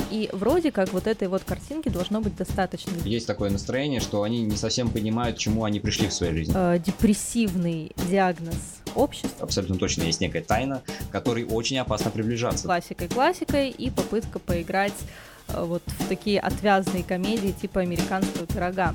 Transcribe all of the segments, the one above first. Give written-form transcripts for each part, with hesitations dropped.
И вроде как вот этой вот картинки должно быть достаточно. Есть такое настроение, что они не совсем понимают, к чему они пришли в своей жизни. Депрессивный диагноз общества. Абсолютно точно есть некая тайна, к которой очень опасно приближаться. Классикой и попытка поиграть вот в такие отвязные комедии типа «Американского пирога».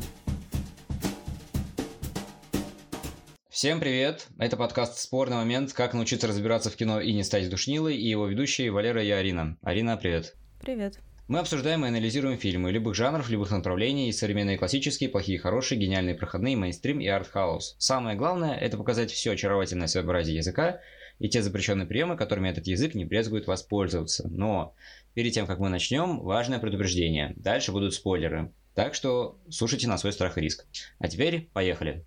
Всем привет! Это подкаст «Спорный момент. Как научиться разбираться в кино и не стать душнилой», и его ведущие Валера и Арина. Арина, привет! Привет! Мы обсуждаем и анализируем фильмы любых жанров, любых направлений, и современные классические, плохие, хорошие, гениальные, проходные, мейнстрим и артхаус. Самое главное – это показать все очаровательное своеобразие языка и те запрещенные приемы, которыми этот язык не брезгует воспользоваться. Но перед тем, как мы начнем, важное предупреждение. Дальше будут спойлеры. Так что слушайте на свой страх и риск. А теперь поехали!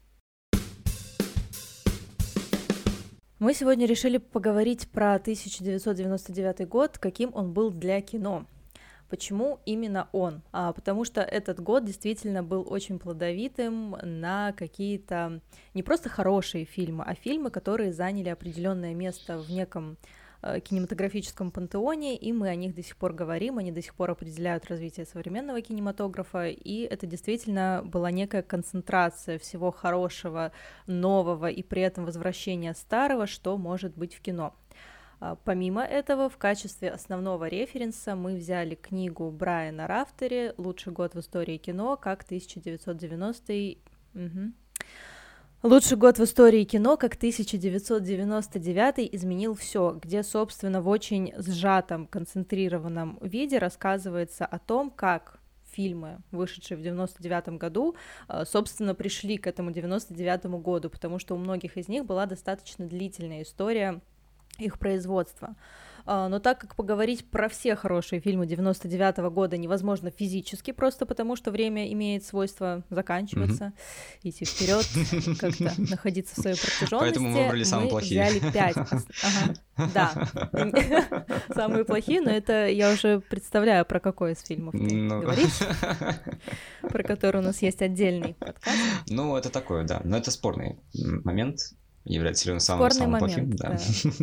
Мы сегодня решили поговорить про 1999 год, каким он был для кино. Почему именно он? Потому что этот год действительно был очень плодовитым на какие-то не просто хорошие фильмы, а фильмы, которые заняли определенное место в неком кинематографическом пантеоне, и мы о них до сих пор говорим, они до сих пор определяют развитие современного кинематографа, и это действительно была некая концентрация всего хорошего, нового и при этом возвращения старого, что может быть в кино. Помимо этого, в качестве основного референса мы взяли книгу Брайана Рафтери «Лучший год в истории кино, как 1990». «Лучший год в истории кино, как 1999 изменил все», где, собственно, в очень сжатом, концентрированном виде рассказывается о том, как фильмы, вышедшие в 99 году, собственно, пришли к этому 99 году, потому что у многих из них была достаточно длительная история их производства. Но так как поговорить про все хорошие фильмы 99-го года невозможно физически, просто потому что время имеет свойство заканчиваться, идти вперед, как-то находиться в своей протяженности. Поэтому мы выбрали самые плохие. Взяли 5. Да, самые плохие, но это я уже представляю, про какой из фильмов ты говоришь, про который у нас есть отдельный подкаст. Ну, это такое, да. Но это спорный момент. Является ли он самым плохим? Да.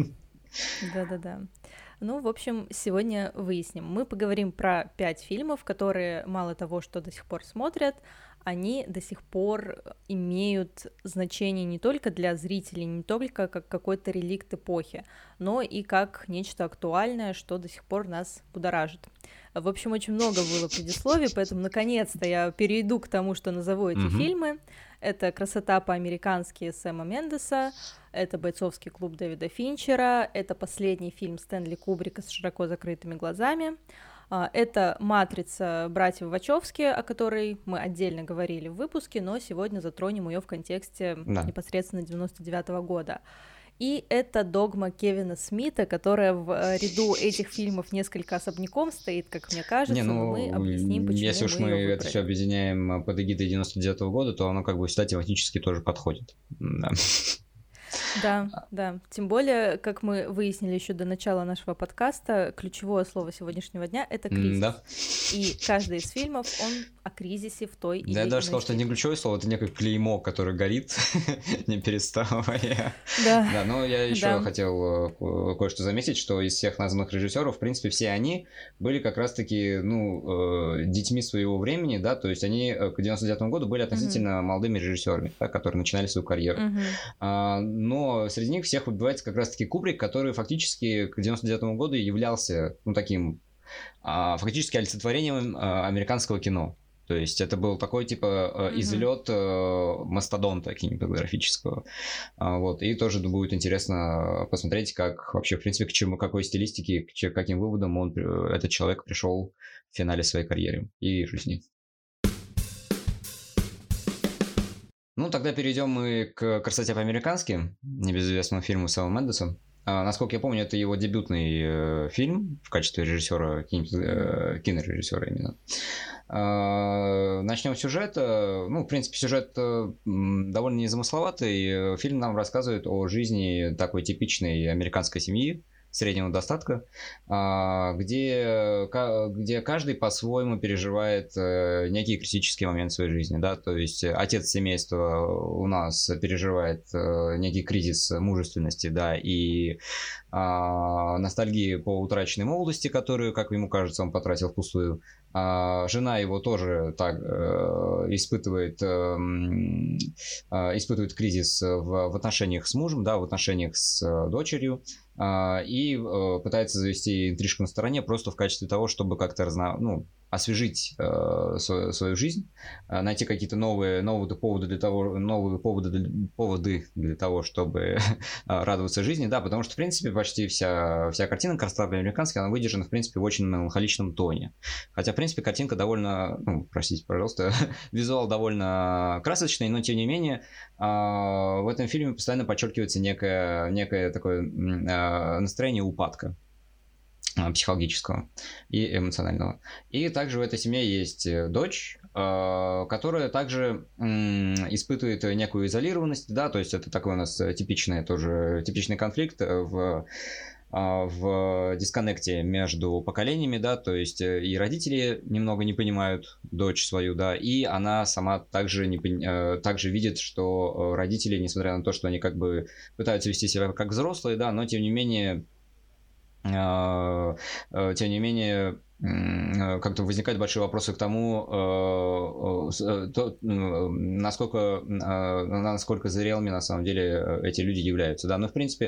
Да. Ну, в общем, сегодня выясним. Мы поговорим про 5 фильмов, которые мало того, что до сих пор смотрят, они до сих пор имеют значение не только для зрителей, не только как какой-то реликт эпохи, но и как нечто актуальное, что до сих пор нас будоражит. В общем, очень много было предисловий, поэтому наконец-то я перейду к тому, что назову эти фильмы. Это «Красота по-американски» Сэма Мендеса, это «Бойцовский клуб» Дэвида Финчера, это последний фильм Стэнли Кубрика с широко закрытыми глазами, это «Матрица» братьев Вачовски, о которой мы отдельно говорили в выпуске, но сегодня затронем ее в контексте непосредственно 99-го года. И это «Догма» Кевина Смита, которая в ряду этих фильмов несколько особняком стоит, как мне кажется, но мы объясним, почему если уж мы это все объединяем под эгидой 99-го года, то оно как бы сюда тематически тоже подходит. Да. Тем более, как мы выяснили еще до начала нашего подкаста, ключевое слово сегодняшнего дня — это кризис. Да. И каждый из фильмов, он о кризисе в той или иной Я даже сказал, что это не ключевое слово, это некое клеймо, которое горит, не переставая. Да, но я еще хотел кое-что заметить, что из всех названных режиссеров, в принципе, все они были как раз-таки, детьми своего времени, да, то есть они к 99-му году были относительно молодыми режиссерами, да, которые начинали свою карьеру. Но среди них всех выбивается как раз-таки Кубрик, который фактически к 99-му году являлся, таким, фактически олицетворением американского кино. То есть это был такой, типа, излет мастодонта кинематографического. И тоже будет интересно посмотреть, как вообще, в принципе, к какой стилистике, к каким выводам этот человек пришел в финале своей карьеры и жизни. Тогда перейдем мы к «Красоте по-американски», небезызвестному фильму Сэма Мендеса. Насколько я помню, это его дебютный фильм в качестве режиссера, кинорежиссера именно. Начнем с сюжета. В принципе, сюжет довольно незамысловатый. Фильм нам рассказывает о жизни такой типичной американской семьи среднего достатка, где каждый по-своему переживает некий критический момент в своей жизни, да, то есть отец семейства у нас переживает некий кризис мужественности, да, и ностальгии по утраченной молодости, которую, как ему кажется, он потратил впустую. Жена его тоже так испытывает кризис в отношениях с мужем, да, в отношениях с дочерью, и пытается завести интрижку на стороне просто в качестве того, чтобы как-то освежить свою жизнь, найти какие-то новые поводы для того, чтобы радоваться жизни, да, потому что, в принципе, почти вся картина «Красота по-американски», она выдержана, в принципе, в очень меланхоличном тоне. Хотя, в принципе, картинка довольно, простите, пожалуйста, визуал довольно красочный, но, тем не менее, в этом фильме постоянно подчеркивается некое такое настроение упадка психологического и эмоционального. И также в этой семье есть дочь, которая также испытывает некую изолированность, да, то есть это такой у нас типичный конфликт в дисконнекте между поколениями, да, то есть и родители немного не понимают дочь свою, да, и она сама также видит, что родители, несмотря на то, что они как бы пытаются вести себя как взрослые, да, но тем не менее как-то возникают большие вопросы к тому, насколько зрелыми на самом деле эти люди являются. Да? Но, в принципе,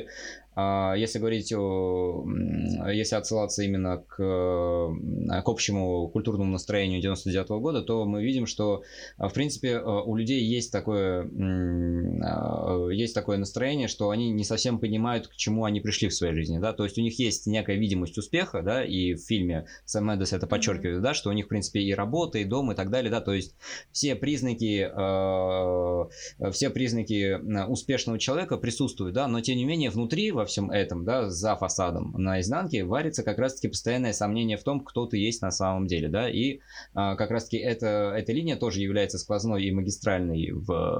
если отсылаться именно к общему культурному настроению 99 года, то мы видим, что, в принципе, у людей есть такое настроение, что они не совсем понимают, к чему они пришли в своей жизни. Да? То есть у них есть некая видимость успеха, да, и в фильме Сэм Мендес это подчеркивает, да, что у них, в принципе, и работа, и дом, и так далее, да, то есть все признаки успешного человека присутствуют, да, но, тем не менее, внутри во всем этом, да, за фасадом, на изнанке варится как раз-таки постоянное сомнение в том, кто ты есть на самом деле, да, и как раз-таки эта линия тоже является сквозной и магистральной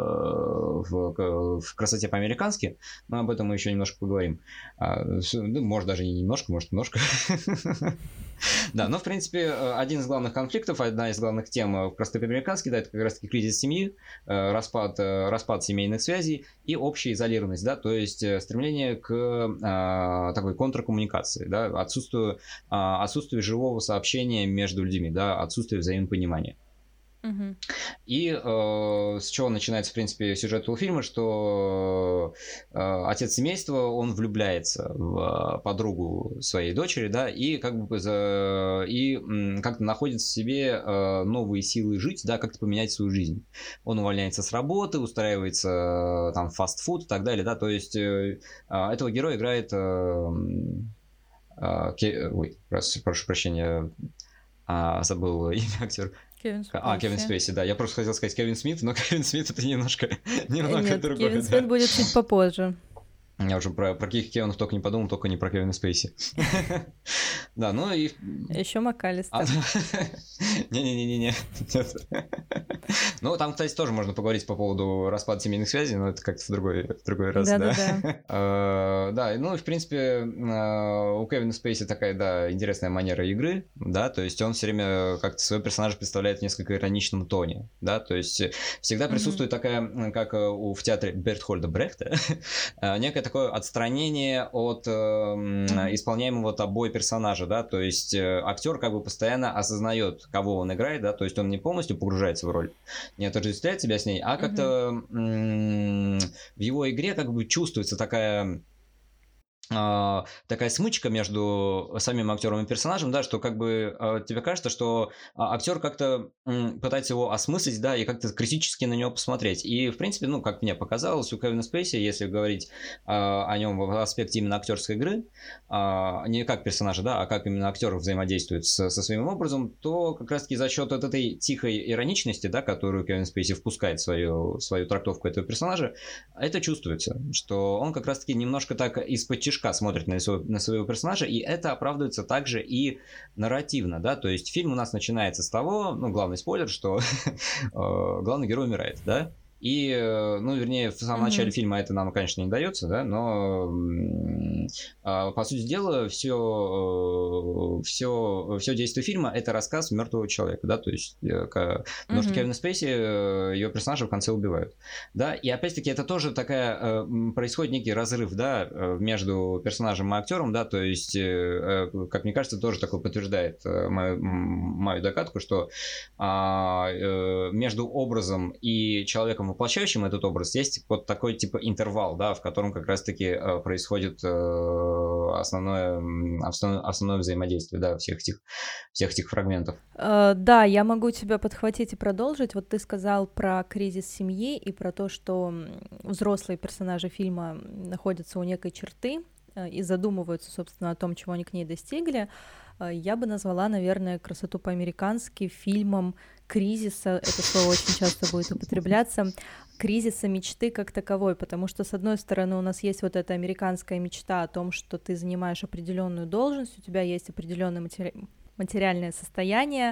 в «Красоте по-американски», но об этом мы еще немножко поговорим. Может, даже не немножко, может, немножко. Да, но, в принципе, одна из главных тем в «Красоте по-американски», да, это как раз-таки кризис семьи, распад семейных связей и общая изолированность, да, то есть стремление к такой контркоммуникации, да, отсутствие живого сообщения между людьми, да, отсутствие взаимопонимания. И с чего начинается, в принципе, сюжет этого фильма, что отец семейства, он влюбляется в подругу своей дочери, да, и как-то находит в себе новые силы жить, да, как-то поменять свою жизнь. Он увольняется с работы, устраивается там в фастфуд и так далее, да, то есть этого героя играет... прошу прощения, забыл имя актера. Кевин Спейси, да. Я просто хотел сказать Кевин Смит, но Кевин Смит это немножко Нет, другое. Кевин Смит будет чуть попозже. Я уже про каких Кевинов только не подумал, только не про Кевина Спейси. Да, ну и... Еще МакАлистер. Не-не-не-не. Ну, там, кстати, тоже можно поговорить по поводу распада семейных связей, но это как-то в другой раз, да. Да, ну и, в принципе, у Кевина Спейси такая, да, интересная манера игры, да, то есть он все время как-то своего персонажа представляет в несколько ироничном тоне, да, то есть всегда присутствует такая, как в театре Бертхольда Брехта, некое такое отстранение от исполняемого тобой персонажа, да, то есть актер как бы постоянно осознает, кого он играет, да, то есть он не полностью погружается в роль, не отождествляет себя с ней, а как-то в его игре как бы чувствуется такая смычка между самим актером и персонажем, да, что как бы тебе кажется, что актер как-то пытается его осмыслить, да, и как-то критически на него посмотреть. И, в принципе, ну, как мне показалось, у Кевина Спейси, если говорить о нем в аспекте именно актерской игры, не как персонажа, да, а как именно актер взаимодействует со своим образом, то как раз-таки за счет вот этой тихой ироничности, да, которую Кевин Спейси впускает в свою трактовку этого персонажа, это чувствуется, что он как раз-таки немножко так из-под тишка смотрит на своего персонажа, и это оправдывается также и нарративно, да, то есть фильм у нас начинается с того, ну, главный спойлер, что главный герой умирает, да, И, ну, вернее, в самом начале фильма это нам, конечно, не дается, да, но по сути дела все действие фильма это рассказ мертвого человека, да, то есть потому что Кевин Спейси ее персонажа в конце убивают, да, и опять-таки это тоже такая происходит некий разрыв, да, между персонажем и актером, да, то есть, как мне кажется, тоже такое подтверждает мою догадку, что между образом и человеком, воплощающим этот образ, есть вот такой типа интервал, да, в котором как раз-таки происходит основное взаимодействие, да, всех этих фрагментов. Да, я могу тебя подхватить и продолжить. Вот ты сказал про кризис семьи и про то, что взрослые персонажи фильма находятся у некой черты и задумываются, собственно, о том, чего они к ней достигли. Я бы назвала, наверное, «Красоту по-американски» фильмом кризиса, это слово очень часто будет употребляться, кризиса мечты как таковой, потому что, с одной стороны, у нас есть вот эта американская мечта о том, что ты занимаешь определенную должность, у тебя есть определенное материальное состояние,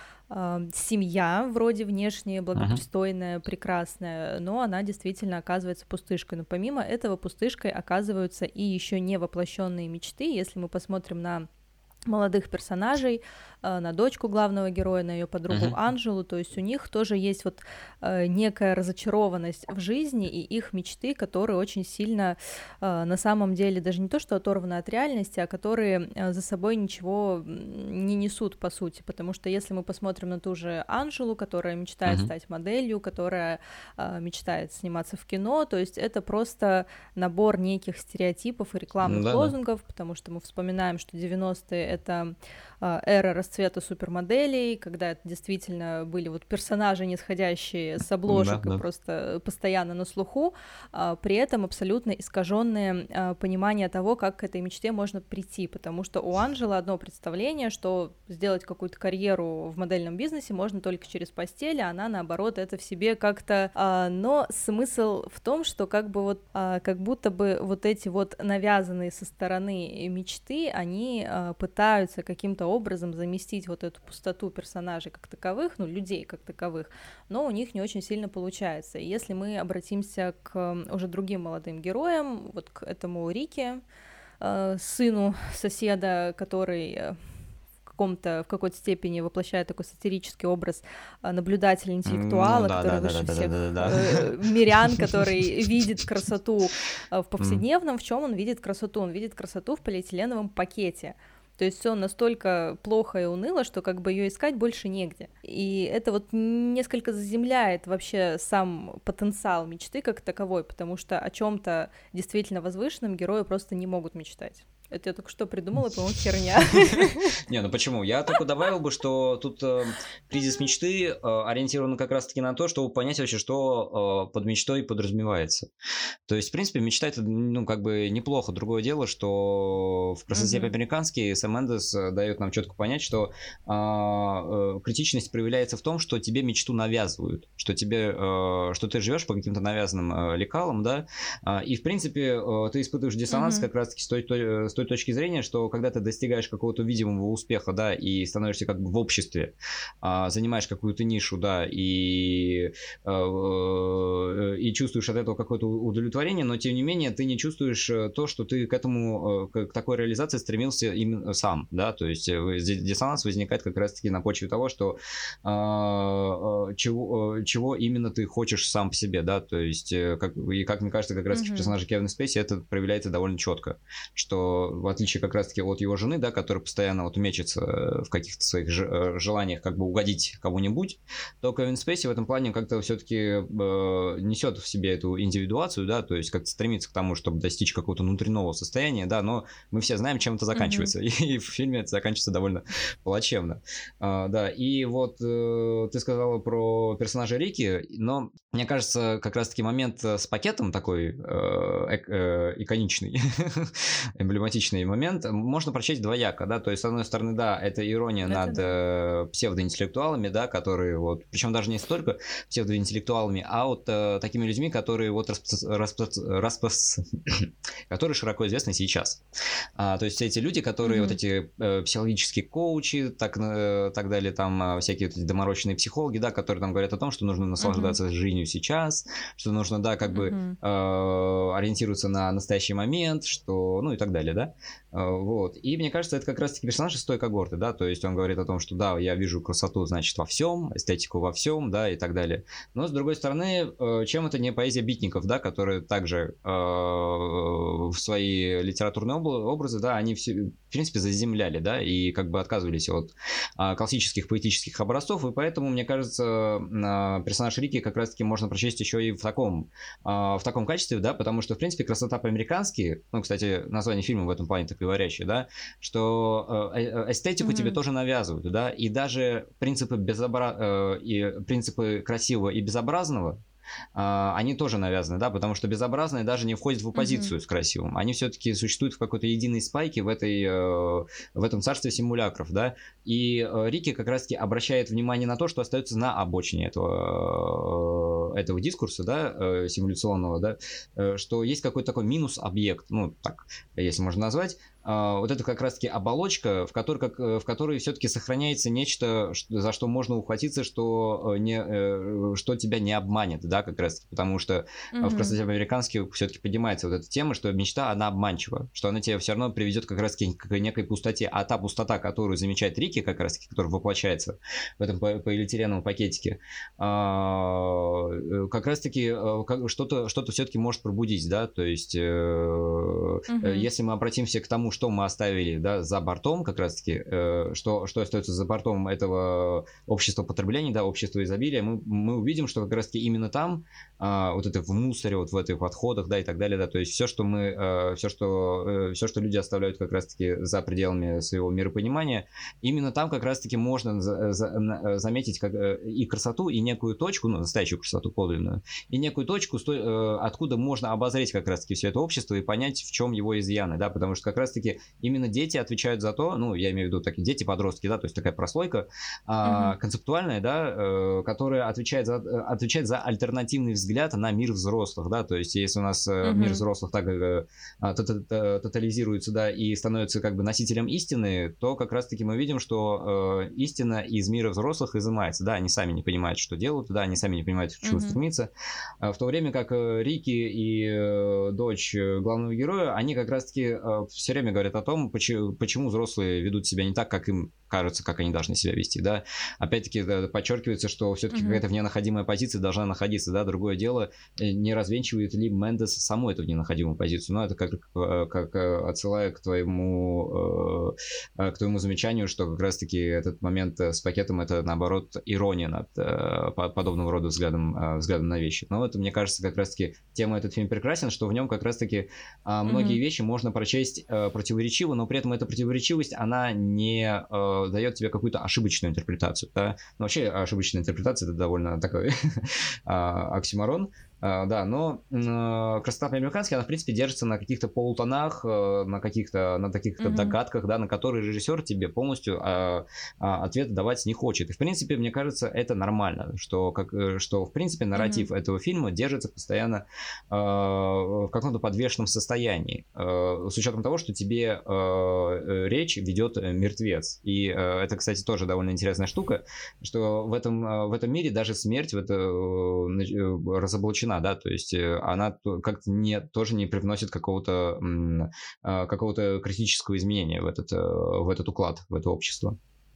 семья вроде внешне благопристойная, прекрасная, но она действительно оказывается пустышкой. Но помимо этого пустышкой оказываются и еще не воплощенные мечты. Если мы посмотрим на молодых персонажей, на дочку главного героя, на ее подругу Анжелу, то есть у них тоже есть вот некая разочарованность в жизни и их мечты, которые очень сильно на самом деле даже не то, что оторваны от реальности, а которые за собой ничего не несут, по сути, потому что если мы посмотрим на ту же Анжелу, которая мечтает стать моделью, которая мечтает сниматься в кино, то есть это просто набор неких стереотипов и рекламных лозунгов, потому что мы вспоминаем, что 90-е — это эра расцвета супермоделей, когда это действительно были вот персонажи, нисходящие с обложек и просто постоянно на слуху, при этом абсолютно искаженное понимание того, как к этой мечте можно прийти, потому что у Анжелы одно представление, что сделать какую-то карьеру в модельном бизнесе можно только через постель, а она, наоборот, это в себе как-то... Но смысл в том, что как бы вот, как будто бы вот эти вот навязанные со стороны мечты, они пытаются каким-то образом заместить вот эту пустоту персонажей как таковых, ну, людей как таковых, но у них не очень сильно получается. И если мы обратимся к уже другим молодым героям, вот к этому Рике, сыну соседа, который в какой-то степени воплощает такой сатирический образ наблюдателя, интеллектуала, который выше всех мирян, который видит красоту в повседневном. В чем он видит красоту? Он видит красоту в полиэтиленовом пакете. То есть все настолько плохо и уныло, что как бы ее искать больше негде. И это вот несколько заземляет вообще сам потенциал мечты как таковой, потому что о чем-то действительно возвышенном герои просто не могут мечтать. Это я только что придумала, по-моему, херня. Не, ну почему? Я только добавил бы, что тут кризис мечты ориентирован как раз-таки на то, чтобы понять вообще, что под мечтой подразумевается. То есть, в принципе, мечта — это, ну, как бы неплохо. Другое дело, что в «Красоте по-американски» Сэм Мендес дает нам четко понять, что критичность проявляется в том, что тебе мечту навязывают, что ты живешь по каким-то навязанным лекалам, да, и, в принципе, ты испытываешь диссонанс как раз-таки с той точки зрения, что когда ты достигаешь какого-то видимого успеха, да, и становишься как бы в обществе, занимаешь какую-то нишу, да, и чувствуешь от этого какое-то удовлетворение, но тем не менее ты не чувствуешь то, что ты к такой реализации стремился именно сам, да, то есть диссонанс возникает как раз-таки на почве того, что чего именно ты хочешь сам по себе, да, то есть, как мне кажется, как раз-таки в персонаже Кевина Спейси это проявляется довольно четко, что в отличие как раз-таки от его жены, да, которая постоянно вот мечется в каких-то своих желаниях как бы угодить кому-нибудь, то Кевин Спейси в этом плане как-то все-таки несет в себе эту индивидуацию, да, то есть как-то стремится к тому, чтобы достичь какого-то внутреннего состояния, да, но мы все знаем, чем это заканчивается, и в фильме это заканчивается довольно плачевно, да, и вот ты сказала про персонажа Рики, но мне кажется, как раз-таки момент с пакетом такой иконичный, эмблематичный, классичный момент. Можно прочесть двояко, да, то есть, с одной стороны, да, это ирония над псевдоинтеллектуалами, да, которые вот, причем даже не столько псевдоинтеллектуалами, а вот такими людьми, которые вот которые широко известны сейчас. То есть эти люди, которые вот эти психологические коучи, так далее, там всякие вот эти доморощенные психологи, да, которые там говорят о том, что нужно наслаждаться жизнью сейчас, что нужно, да, как бы ориентироваться на настоящий момент, что, ну и так далее, да. Вот. И мне кажется, это как раз-таки персонаж из той когорты, да, то есть он говорит о том, что да, я вижу красоту, значит, во всем, эстетику во всем, да, и так далее. Но, с другой стороны, чем это не поэзия битников, да, которые также в свои литературные образы, да, они все, в принципе, заземляли, да, и как бы отказывались от классических поэтических образцов, и поэтому, мне кажется, персонаж Рики как раз-таки можно прочесть еще и в таком качестве, да, потому что, в принципе, красота по-американски, ну, кстати, название фильма в этом плане так говорящее, да, что эстетику тебе тоже навязывают, да, и даже принципы принципы красивого и безобразного, они тоже навязаны, да, потому что безобразные даже не входят в оппозицию с красивым. Они все-таки существуют в какой-то единой спайке в этом царстве симулякров, да. И Рики как раз-таки обращает внимание на то, что остается на обочине этого дискурса, да, симуляционного, да, что есть какой-то такой минус-объект, ну, так, если можно назвать. Вот это как раз-таки оболочка, в которой все-таки сохраняется нечто, за что можно ухватиться, что тебя не обманет, да, как раз-таки, потому что в красоте по-американски все-таки поднимается вот эта тема, что мечта, она обманчива, что она тебя все равно приведет как раз-таки к некой пустоте, а та пустота, которую замечает Рики, как раз-таки, которая воплощается в этом полиэтиленовом пакетике, как раз-таки что-то все-таки может пробудить, да, то есть если мы обратимся к тому, что мы оставили, да, за бортом, как раз-таки, что остается за бортом этого общества потребления, да, общества изобилия, мы увидим, что как раз-таки именно там, вот это в мусоре, вот в этих отходах, да, и так далее, да, то есть все, что люди оставляют как раз-таки за пределами своего миропонимания, именно там как раз-таки можно заметить и красоту, и некую точку, ну, настоящую красоту подлинную, и некую точку, откуда можно обозреть как раз-таки все это общество и понять, в чем его изъяны, да, потому что как раз-таки именно дети отвечают за то, ну, я имею в виду такие дети, подростки, да, то есть такая прослойка концептуальная, да, которая отвечает за альтернативный взгляд на мир взрослых, да, то есть если у нас мир взрослых так тотализируется, да, и становится как бы носителем истины, то как раз-таки мы видим, что истина из мира взрослых изымается, да, они сами не понимают, что делают, да, они сами не понимают, к чему стремиться, в то время как Рики и дочь главного героя, они как раз-таки все время говорят о том, почему взрослые ведут себя не так, как им кажется, как они должны себя вести, да. Опять-таки подчеркивается, что все-таки какая-то вненаходимая позиция должна находиться, да. Другое дело, не развенчивает ли Мендес саму эту вненаходимую позицию. Но это как отсылая к твоему замечанию, что как раз-таки этот момент с пакетом — это, наоборот, ирония над подобного рода взглядом на вещи. Но это, мне кажется, как раз-таки тема этот фильм прекрасен, что в нем как раз-таки многие вещи можно прочесть противоречиво, но при этом эта противоречивость, она не дает тебе какую-то ошибочную интерпретацию, да? Но вообще ошибочная интерпретация — это довольно такой оксиморон, да, но красота по-американски, она, в принципе, держится на каких-то полутонах, на таких догадках, да, на которые режиссер тебе полностью ответ давать не хочет. И, в принципе, мне кажется, это нормально, что в принципе, нарратив этого фильма держится постоянно в каком-то подвешенном состоянии, с учетом того, что тебе речь ведет мертвец. И это, кстати, тоже довольно интересная штука, что в этом мире даже смерть разоблачена, да, то есть она как-то тоже не привносит какого-то критического изменения в этот уклад, в это общество.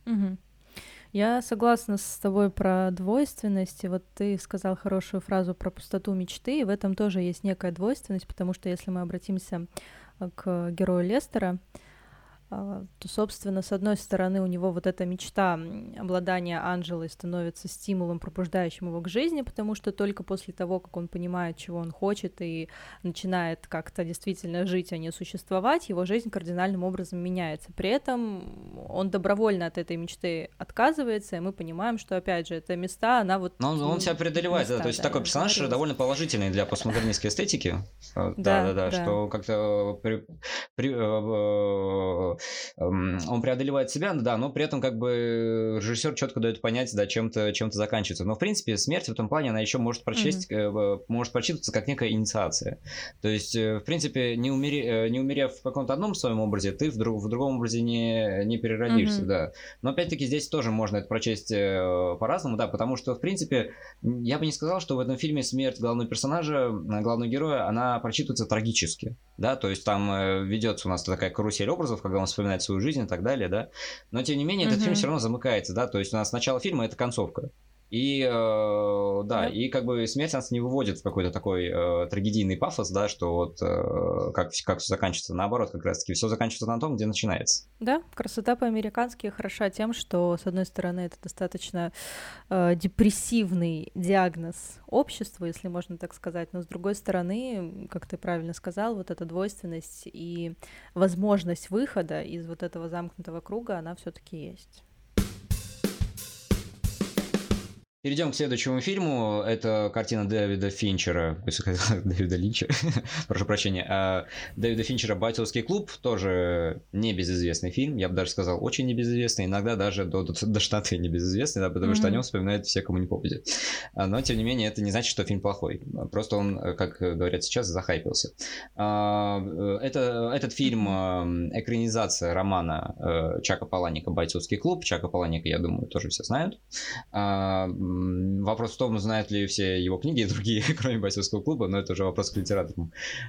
Я согласна с тобой про двойственность, и вот ты сказал хорошую фразу про пустоту мечты, и в этом тоже есть некая двойственность, потому что если мы обратимся к герою Лестера, то, собственно, с одной стороны, у него вот эта мечта обладания Анжелой становится стимулом, пробуждающим его к жизни, потому что только после того, как он понимает, чего он хочет, и начинает как-то действительно жить, а не существовать, его жизнь кардинальным образом меняется. При этом он добровольно от этой мечты отказывается, и мы понимаем, что, опять же, эта мечта, она вот... Но он себя преодолевает, да, то есть такой персонаж довольно положительный для постмодернистской эстетики. Да, что как-то он преодолевает себя, да, но при этом как бы режиссер четко дает понять, да, чем-то заканчивается. Но в принципе смерть в этом плане она еще может может прочитываться как некая инициация. То есть в принципе не умерев в каком-то одном своем образе, ты в другом образе не переродишься, да. Но опять-таки здесь тоже можно это прочесть по-разному, да, потому что в принципе я бы не сказал, что в этом фильме смерть главного персонажа, главного героя, она прочитывается трагически, да, то есть там ведется у нас такая карусель образов, когда он вспоминает свою жизнь и так далее, да, но тем не менее этот фильм все равно замыкается, да, то есть у нас начало фильма — это концовка. И, и как бы смерть нас не выводит в какой-то такой трагедийный пафос, да, что вот как все заканчивается. Наоборот, как раз-таки все заканчивается на том, где начинается. Да, красота по-американски хороша тем, что, с одной стороны, это достаточно депрессивный диагноз общества, если можно так сказать, но с другой стороны, как ты правильно сказал, вот эта двойственность и возможность выхода из вот этого замкнутого круга, она все-таки есть. Перейдем к следующему фильму. Это картина Дэвида Финчера. Дэвида Линча. Прошу прощения. Дэвида Финчера «Бойцовский клуб». Тоже небезызвестный фильм. Я бы даже сказал, очень небезызвестный. Иногда даже до тошноты небезызвестный, да, потому что о нем вспоминают все, кому не попадет. Но, тем не менее, это не значит, что фильм плохой. Просто он, как говорят сейчас, захайпился. Этот фильм экранизация романа Чака Паланика «Бойцовский клуб». Чака Паланика, я думаю, тоже все знают. Вопрос в том, знают ли все его книги и другие, кроме «Бойцовского клуба», но это уже вопрос к литераторам.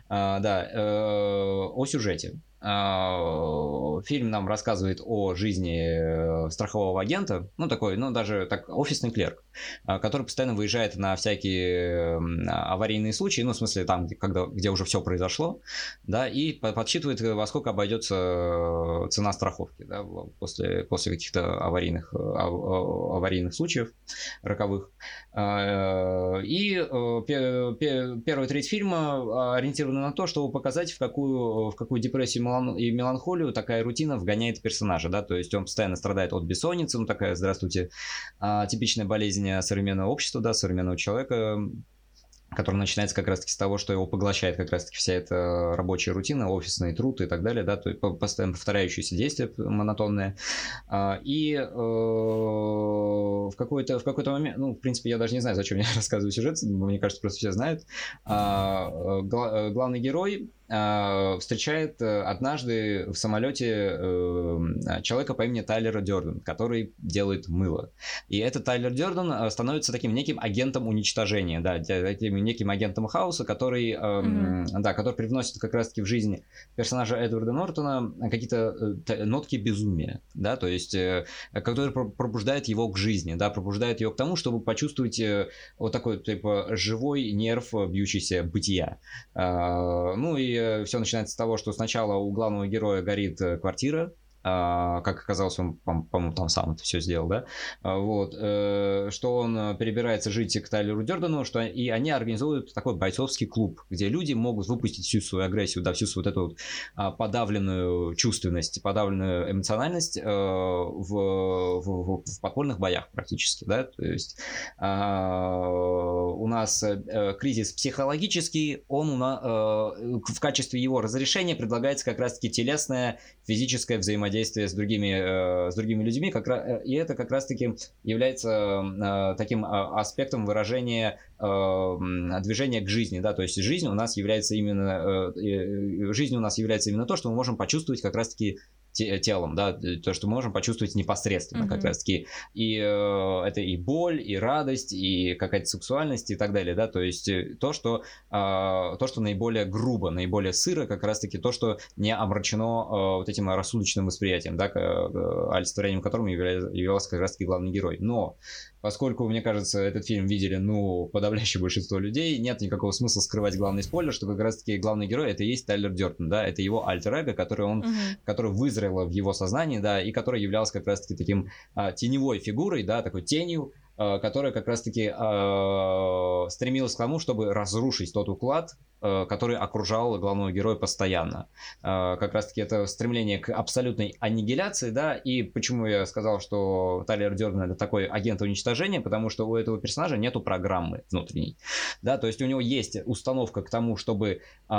О сюжете. Фильм нам рассказывает о жизни страхового агента, даже так, офисный клерк, который постоянно выезжает на всякие аварийные случаи, в смысле там, где уже все произошло, да, и подсчитывает, во сколько обойдется цена страховки, да, после каких-то аварийных случаев роковых. И первая треть фильма ориентирована на то, чтобы показать, в какую депрессию и меланхолию такая рутина вгоняет персонажа, да, то есть он постоянно страдает от бессонницы, такая, здравствуйте, типичная болезнь современного общества, да, современного человека, который начинается как раз-таки с того, что его поглощает как раз-таки вся эта рабочая рутина, офисный труд и так далее, да, то есть постоянно повторяющиеся действия монотонные. И в какой-то момент, в принципе, я даже не знаю, зачем я рассказываю сюжет, мне кажется, просто все знают. Главный герой встречает однажды в самолете человека по имени Тайлер Дёрден, который делает мыло. И этот Тайлер Дёрден становится таким неким агентом уничтожения, да, таким неким агентом хаоса, который привносит как раз-таки в жизнь персонажа Эдварда Нортона какие-то нотки безумия, да, то есть который пробуждает его к жизни, да, пробуждает его к тому, чтобы почувствовать вот такой типа живой нерв бьющийся бытия. И все начинается с того, что сначала у главного героя горит квартира, как оказалось, он, по-моему, там сам это все сделал, да, что он перебирается жить к Тайлеру Дёрдену, и они организуют такой бойцовский клуб, где люди могут выпустить всю свою агрессию, да, всю вот эту подавленную чувственность, подавленную эмоциональность в подпольных боях практически, да, то есть у нас кризис психологический, в качестве его разрешения предлагается как раз-таки телесное, физическое взаимодействие с другими людьми, и это как раз-таки является таким аспектом выражения движения к жизни, да, то есть жизнь у нас является именно то, что мы можем почувствовать как раз-таки телом, да, то, что мы можем почувствовать непосредственно как раз-таки. И это и боль, и радость, и какая-то сексуальность и так далее, да, то есть то, что наиболее грубо, наиболее сыро, как раз-таки то, что не омрачено вот этим рассудочным восприятием восприятием, да, олицетворением которому являлся как раз-таки главный герой. Но поскольку, мне кажется, этот фильм видели, подавляющее большинство людей, нет никакого смысла скрывать главный спойлер, что как раз-таки главный герой — это и есть Тайлер Дёрден, да, это его альтер-эго, который вызрело в его сознании, да, и который являлся как раз-таки таким теневой фигурой, да, такой тенью, которая как раз-таки стремилась к тому, чтобы разрушить тот уклад, который окружал главного героя постоянно. Как раз-таки это стремление к абсолютной аннигиляции, да, и почему я сказал, что Тайлер Дёрден — это такой агент уничтожения, потому что у этого персонажа нету программы внутренней, да, то есть у него есть установка к тому, чтобы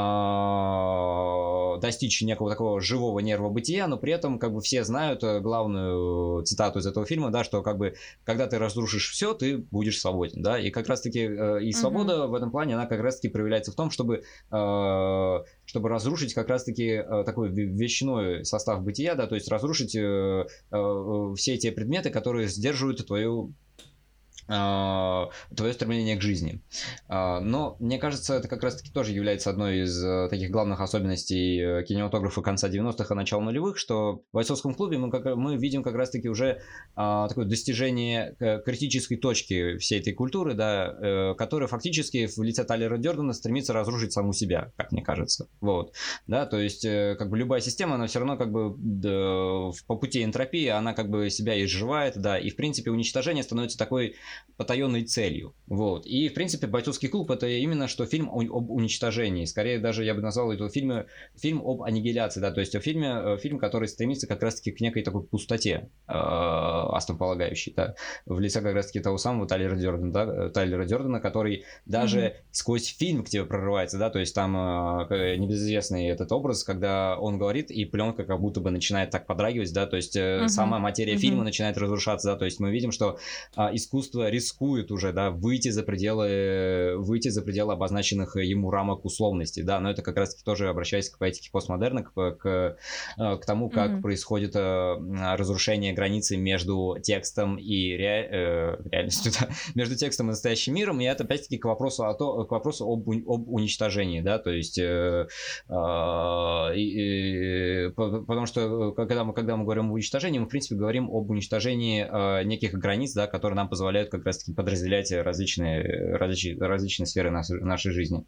достичь некого такого живого нерва бытия, но при этом как бы все знают главную цитату из этого фильма, да, что как бы когда ты разрушишь все, ты будешь свободен, да, и как раз-таки и свобода в этом плане, она как раз-таки проявляется в том, чтобы разрушить как раз-таки такой вечной состав бытия, да, то есть разрушить все те предметы, которые сдерживают твое стремление к жизни. Но, мне кажется, это как раз-таки тоже является одной из таких главных особенностей кинематографа конца 90-х и начала нулевых, что в «Бойцовском клубе» мы видим как раз-таки уже такое достижение критической точки всей этой культуры, да, которая фактически в лице Тайлера Дёрдена стремится разрушить саму себя, как мне кажется. Вот. Да, то есть, как бы любая система, она все равно как бы по пути энтропии, она как бы себя изживает, да, и в принципе уничтожение становится такой потаенной целью. Вот. И, в принципе, «Бойцовский клуб» — это именно что фильм об уничтожении. Скорее даже я бы назвал этого фильм об аннигиляции, да, то есть фильм, который стремится как раз-таки к некой такой пустоте, основополагающей, да, в лице как раз-таки того самого Тайлера Дёрдена, который даже сквозь фильм к тебе прорывается, да, то есть там небезызвестный этот образ, когда он говорит, и пленка как будто бы начинает так подрагивать, да, то есть сама материя фильма начинает разрушаться, да, то есть мы видим, что искусство рискует уже, да, выйти за пределы обозначенных ему рамок условностей, да, но это как раз-таки тоже обращаясь к поэтике постмодерна, к тому, как происходит разрушение границы между текстом и реальностью, да, между текстом и настоящим миром, и это опять-таки к вопросу об уничтожении, да, то есть потому что когда мы говорим об уничтожении, мы в принципе говорим об уничтожении неких границ, да, которые нам позволяют как раз-таки подразделять различные сферы нашей жизни.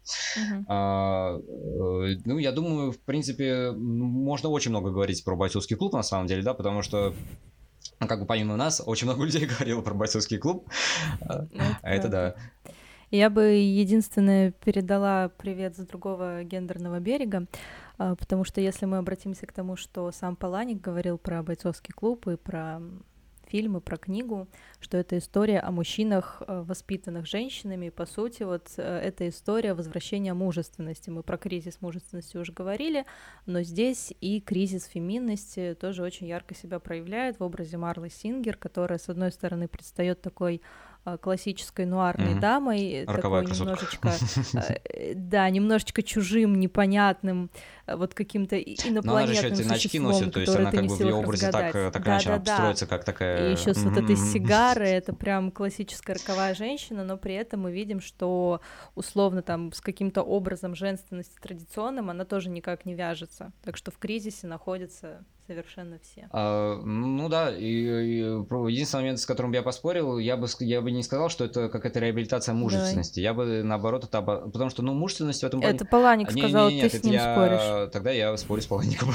Я думаю, в принципе, можно очень много говорить про «Бойцовский клуб», на самом деле, да, потому что как бы помимо нас, очень много людей говорило про «Бойцовский клуб». Это да. Я бы единственное передала привет с другого гендерного берега, потому что если мы обратимся к тому, что сам Паланик говорил про «Бойцовский клуб» и про фильмы, про книгу, что это история о мужчинах, воспитанных женщинами, и, по сути, вот это история возвращения мужественности. Мы про кризис мужественности уже говорили, но здесь и кризис феминности тоже очень ярко себя проявляет в образе Марлы Сингер, которая, с одной стороны, предстает такой классической нуарной дамой, роковая такой немножечко, да, немножечко чужим, непонятным, вот каким-то инопланетным существом, очки носит, то есть она как бы в ее образе так начала строиться, как такая... И еще с вот этой сигарой, это прям классическая роковая женщина, но при этом мы видим, что условно там с каким-то образом женственности традиционным она тоже никак не вяжется, так что в кризисе находятся совершенно все. Да, и единственный момент, с которым я поспорил, я бы не сказал, что это какая-то реабилитация мужественности. Я бы наоборот, потому что, мужественность в этом плане... Это Паланик сказал, ты с ним споришь. Тогда я спорю с Палаником.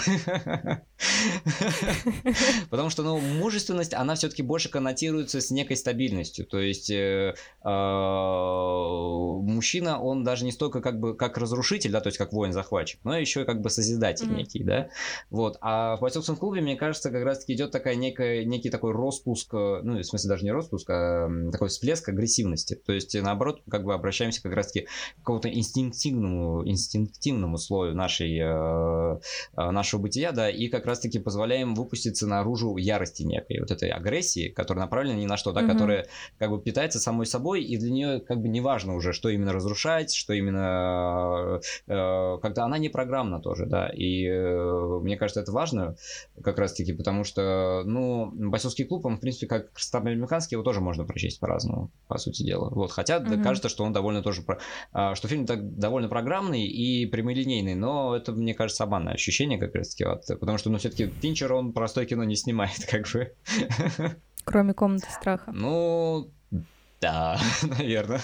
Потому что, мужественность, она все-таки больше коннотируется с некой стабильностью. То есть мужчина, он даже не столько как разрушитель, да, то есть как воин-захватчик, но еще и как бы созидатель некий, да. Вот. А в «Бойцовском клубе», мне кажется, как раз-таки идет такая некий такой распуск, в смысле даже не распуск, а такой всплеск агрессивности. То есть, наоборот, как бы обращаемся как раз-таки к какому-то инстинктивному слою нашего бытия, да, и как раз-таки позволяем выпуститься наружу ярости некой, вот этой агрессии, которая направлена ни на что, да, которая как бы питается самой собой, и для нее как бы не важно уже, что именно разрушать, что именно... когда она не программна тоже, да, и мне кажется, это важно. как раз-таки, потому что, ну, «Бойцовский клуб», он, в принципе, как «Американский», его тоже можно прочесть по-разному, по сути дела. Вот, хотя кажется, что он довольно тоже, что фильм так довольно программный и прямолинейный, но это, мне кажется, обманное ощущение как раз-таки, потому что, ну, все-таки Финчер, он простое кино не снимает, как бы. Кроме «Комнаты страха». Ну, да, наверное.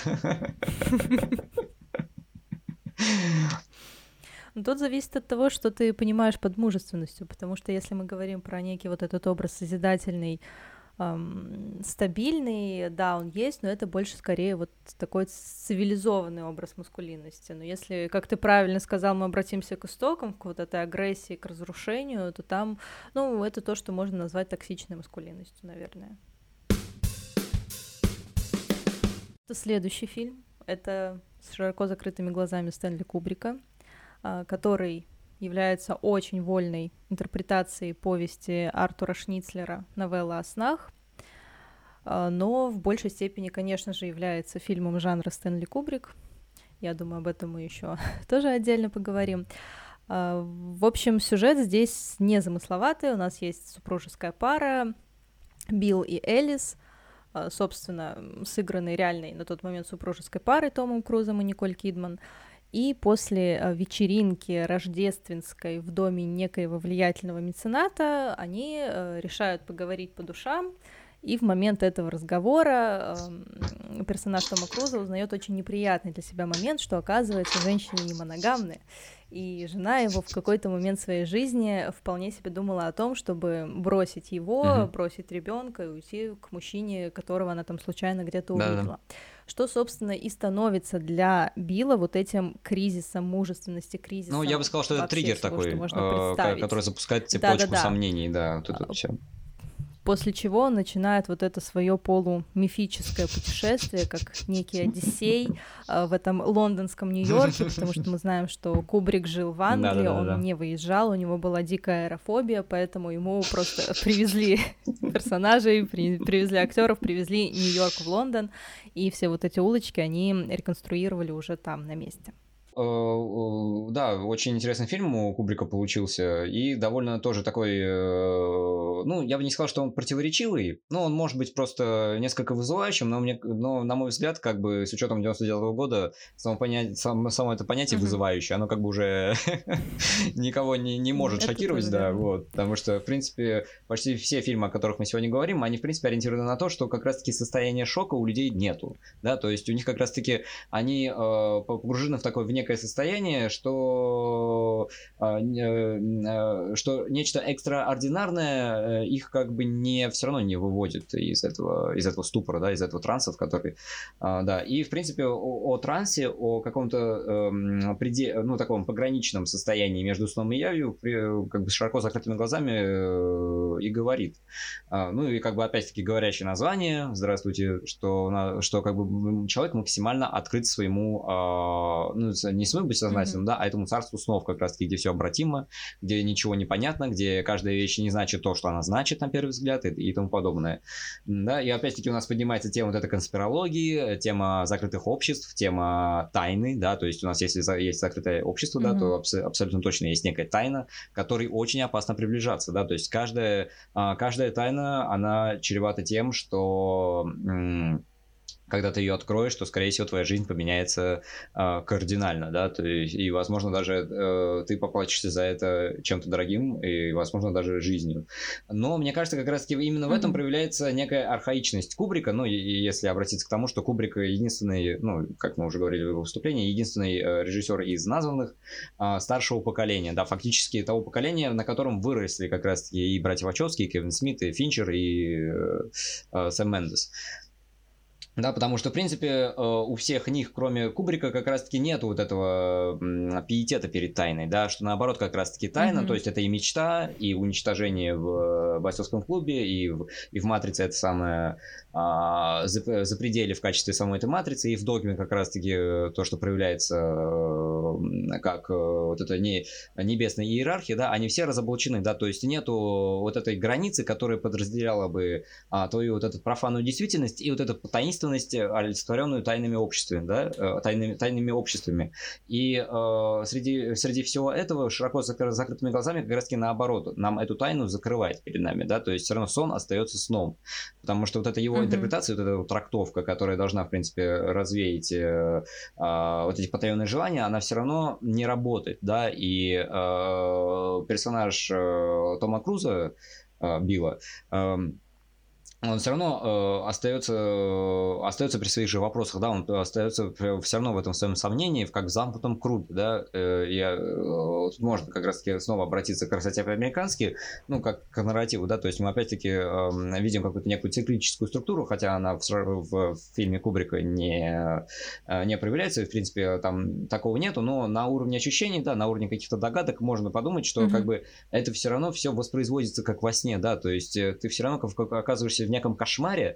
Тут зависит от того, что ты понимаешь под мужественностью, потому что если мы говорим про некий вот этот образ созидательный, стабильный, да, он есть, но это больше скорее вот такой цивилизованный образ маскулинности. Но если, как ты правильно сказал, мы обратимся к истокам, к вот этой агрессии, к разрушению, то там, ну, это то, что можно назвать токсичной маскулинностью, наверное. Следующий фильм — это «С широко закрытыми глазами» Стэнли Кубрика, который является очень вольной интерпретацией повести Артура Шницлера «Новелла о снах», но в большей степени, конечно же, является фильмом жанра Стэнли Кубрик. Я думаю, об этом мы еще тоже отдельно поговорим. В общем, сюжет здесь незамысловатый. У нас есть супружеская пара Билл и Элис, собственно, сыгранной реальной на тот момент супружеской парой Томом Крузом и Николь Кидман. И после вечеринки рождественской в доме некоего влиятельного мецената они решают поговорить по душам, и в момент этого разговора персонаж Тома Круза узнает очень неприятный для себя момент, что, оказывается, женщины не моногамны, и жена его в какой-то момент своей жизни вполне себе думала о том, чтобы бросить его, бросить ребенка и уйти к мужчине, которого она там случайно где-то увидела. Что, собственно, и становится для Билла вот этим кризисом мужественности, кризисом. Ну, я бы сказал, что это триггер всего, такой, который запускает цепочку сомнений, да, вот это все. После чего он начинает вот это свое полумифическое путешествие, как некий Одиссей в этом лондонском Нью-Йорке, потому что мы знаем, что Кубрик жил в Англии, он не выезжал, у него была дикая аэрофобия, поэтому ему просто привезли персонажей, привезли актеров, привезли Нью-Йорк в Лондон, и все вот эти улочки они реконструировали уже там, на месте. Да, очень интересный фильм у Кубрика получился, и довольно тоже такой, ну, я бы не сказал, что он противоречивый, но он может быть просто несколько вызывающим, но на мой взгляд, как бы с учетом 99-го года, само это понятие вызывающее, оно как бы уже никого не может шокировать, да, вот, потому что, в принципе, почти все фильмы, о которых мы сегодня говорим, они, в принципе, ориентированы на то, что как раз-таки состояния шока у людей нету, да, то есть у них как раз-таки они погружены в такое некое состояние, что нечто экстраординарное их как бы все равно не выводит из этого ступора, да, из этого транса, в который, да, и в принципе о трансе, о каком-то таком пограничном состоянии между сном и явью, как бы широко закрытыми глазами и говорит. Ну и как бы опять-таки говорящее название, здравствуйте, что как бы человек максимально открыт своему, не своему бессознательному, да, а этому царству снов как раз-таки, где все обратимо, где ничего не понятно, где каждая вещь не значит то, что она значит на первый взгляд и тому подобное. Да, и опять-таки у нас поднимается тема вот этой конспирологии, тема закрытых обществ, тема тайны, да, то есть у нас если есть закрытое общество, да, то абсолютно точно есть некая тайна, к которой очень опасно приближаться, да, то есть каждая тайна, она чревата тем, что когда ты ее откроешь, то, скорее всего, твоя жизнь поменяется кардинально, да, то есть, и, возможно, даже ты поплатишься за это чем-то дорогим, и, возможно, даже жизнью. Но, мне кажется, как раз-таки именно в этом проявляется некая архаичность Кубрика, ну, и если обратиться к тому, что Кубрик единственный, ну, как мы уже говорили в его выступлении, единственный режиссер из названных старшего поколения, да, фактически того поколения, на котором выросли как раз-таки и братья Вачовски, и Кевин Смит, и Финчер, и Сэм Мендес. Да, потому что, в принципе, у всех них, кроме Кубрика, как раз-таки нет вот этого пиетета перед тайной, да, что наоборот как раз-таки тайна, то есть это и мечта, и уничтожение в бойцовском клубе, и в «Матрице» это самое запределье в качестве самой этой матрицы, и в «Догме» как раз-таки то, что проявляется как вот эта небесная иерархия, да, они все разоблачены, да, то есть нету вот этой границы, которая подразделяла бы твою вот эту профанную действительность и вот это таинственное общественность, олицетворенную тайными обществами, да, тайными обществами. И среди всего этого широко закрытыми глазами как раз-таки наоборот, нам эту тайну закрывает перед нами, да, то есть все равно сон остается сном, потому что вот эта его интерпретация, вот эта вот трактовка, которая должна, в принципе, развеять вот эти потаенные желания, она все равно не работает, да, и персонаж Тома Круза, Билла, он все равно остается при своих же вопросах, да, он остается все равно в этом своем сомнении, как в замкнутом круге, да, тут можно как раз-таки снова обратиться к красоте по-американски, ну, как к нарративу, да, то есть мы опять-таки видим какую-то некую циклическую структуру, хотя она в фильме Кубрика не проявляется, в принципе, там такого нету, но на уровне ощущений, да, на уровне каких-то догадок можно подумать, что как бы это все равно все воспроизводится как во сне, да, то есть ты все равно оказываешься в неком кошмаре,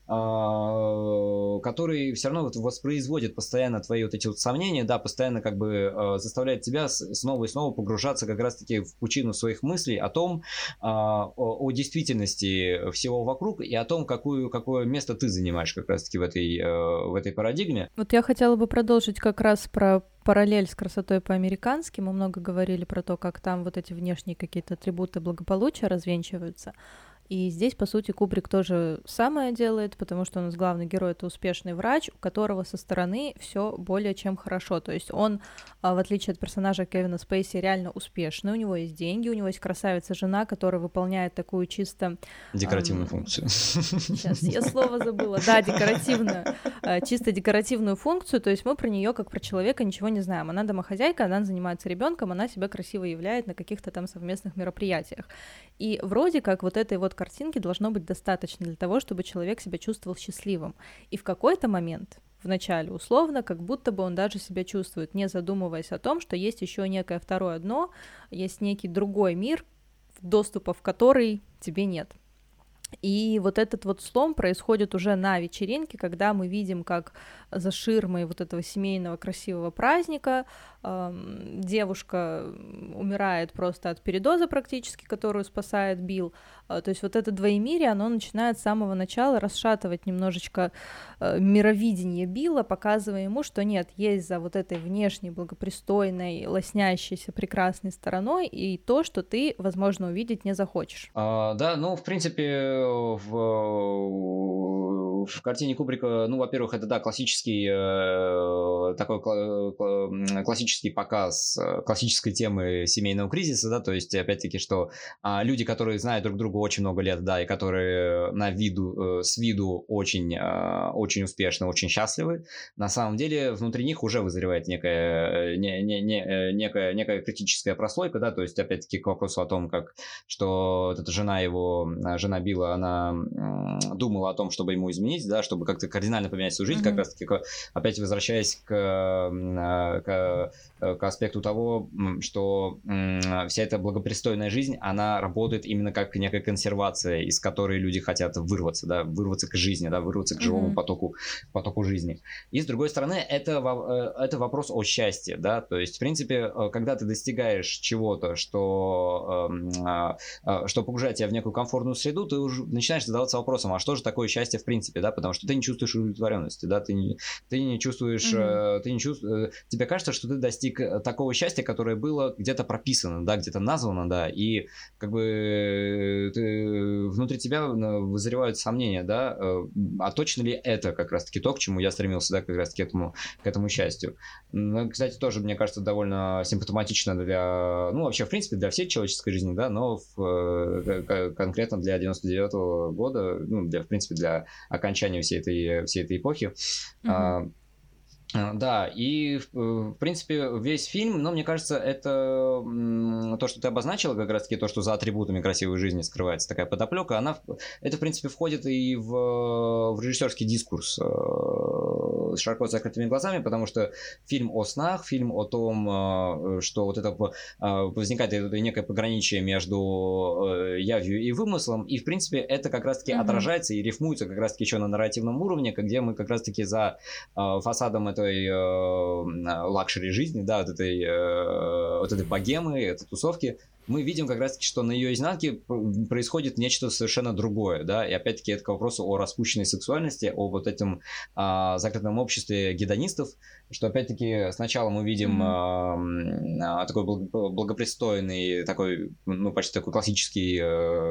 который все равно вот воспроизводит постоянно твои вот эти вот сомнения, да, постоянно как бы заставляет тебя снова и снова погружаться как раз-таки в пучину своих мыслей о том, о действительности всего вокруг и о том, какое место ты занимаешь как раз-таки в этой парадигме. Вот я хотела бы продолжить как раз про параллель с красотой по-американски. Мы много говорили про то, как там вот эти внешние какие-то атрибуты благополучия развенчиваются. И здесь, по сути, Кубрик тоже самое делает, потому что у нас главный герой — это успешный врач, у которого со стороны все более чем хорошо. То есть он, в отличие от персонажа Кевина Спейси, реально успешный, у него есть деньги, у него есть красавица-жена, которая выполняет такую чисто... Декоративную функцию. Сейчас я слово забыла. Да, декоративную. Чисто декоративную функцию, то есть мы про нее как про человека ничего не знаем. Она домохозяйка, она занимается ребенком, она себя красиво являет на каких-то там совместных мероприятиях. И вроде как вот этой вот картинки должно быть достаточно для того, чтобы человек себя чувствовал счастливым. И в какой-то момент, в начале условно, как будто бы он даже себя чувствует, не задумываясь о том, что есть еще некое второе дно, есть некий другой мир, доступа в который тебе нет. И вот этот вот слом происходит уже на вечеринке, когда мы видим, как за ширмой вот этого семейного красивого праздника девушка умирает просто от передоза практически, которую спасает Билл. То есть вот это двоемирие, оно начинает с самого начала расшатывать немножечко мировидение Билла, показывая ему, что нет, есть за вот этой внешней, благопристойной, лоснящейся, прекрасной стороной и то, что ты, возможно, увидеть не захочешь. Да, ну, в принципе, в картине Кубрика, ну, во-первых, это, да, классический показ классической темы семейного кризиса, да, то есть, опять-таки, что люди, которые знают друг друга очень много лет, да, и которые с виду очень успешны, очень счастливы, на самом деле внутри них уже вызревает некая критическая прослойка, да, то есть, опять-таки, к вопросу о том, что вот эта жена Билла, она думала о том, чтобы ему изменить, да, чтобы как-то кардинально поменять свою жизнь, как раз-таки, опять возвращаясь к аспекту того, что вся эта благопристойная жизнь, она работает именно как некая консервация, из которой люди хотят вырваться, да, вырваться к жизни, да, вырваться к живому потоку жизни. И с другой стороны, это вопрос о счастье, да, то есть, в принципе, когда ты достигаешь чего-то, что погружает тебя в некую комфортную среду, ты уже начинаешь задаваться вопросом, а что же такое счастье в принципе, да, потому что ты не чувствуешь удовлетворенности, да, ты не чувствуешь, тебе кажется, что ты достиг такого счастья, которое было где-то прописано, да, где-то названо, да, и как бы внутри тебя вызревают сомнения, да, а точно ли это как раз-таки то, к чему я стремился, да, как раз-таки к этому счастью. Ну, кстати, тоже, мне кажется, довольно симптоматично вообще, в принципе, для всей человеческой жизни, да, но конкретно для 99-го года, ну, в принципе, для окончания всей этой эпохи. Да, и, в принципе, весь фильм, но мне кажется, это то, что ты обозначила, как раз-таки то, что за атрибутами красивой жизни скрывается такая подоплека, это, в принципе, входит и в режиссерский дискурс с широко закрытыми глазами, потому что фильм о снах, фильм о том, что вот это возникает некое пограничие между явью и вымыслом, и, в принципе, это как раз-таки отражается и рифмуется как раз-таки еще на нарративном уровне, где мы как раз-таки за фасадом этой лакшери жизни, да, вот этой богемы, этой тусовки, мы видим как раз-таки, что на ее изнанке происходит нечто совершенно другое, да, и опять-таки это к вопросу о распущенной сексуальности, о вот этом закрытом обществе гедонистов, что опять-таки сначала мы видим такой благопристойный, такой, ну, почти такой классический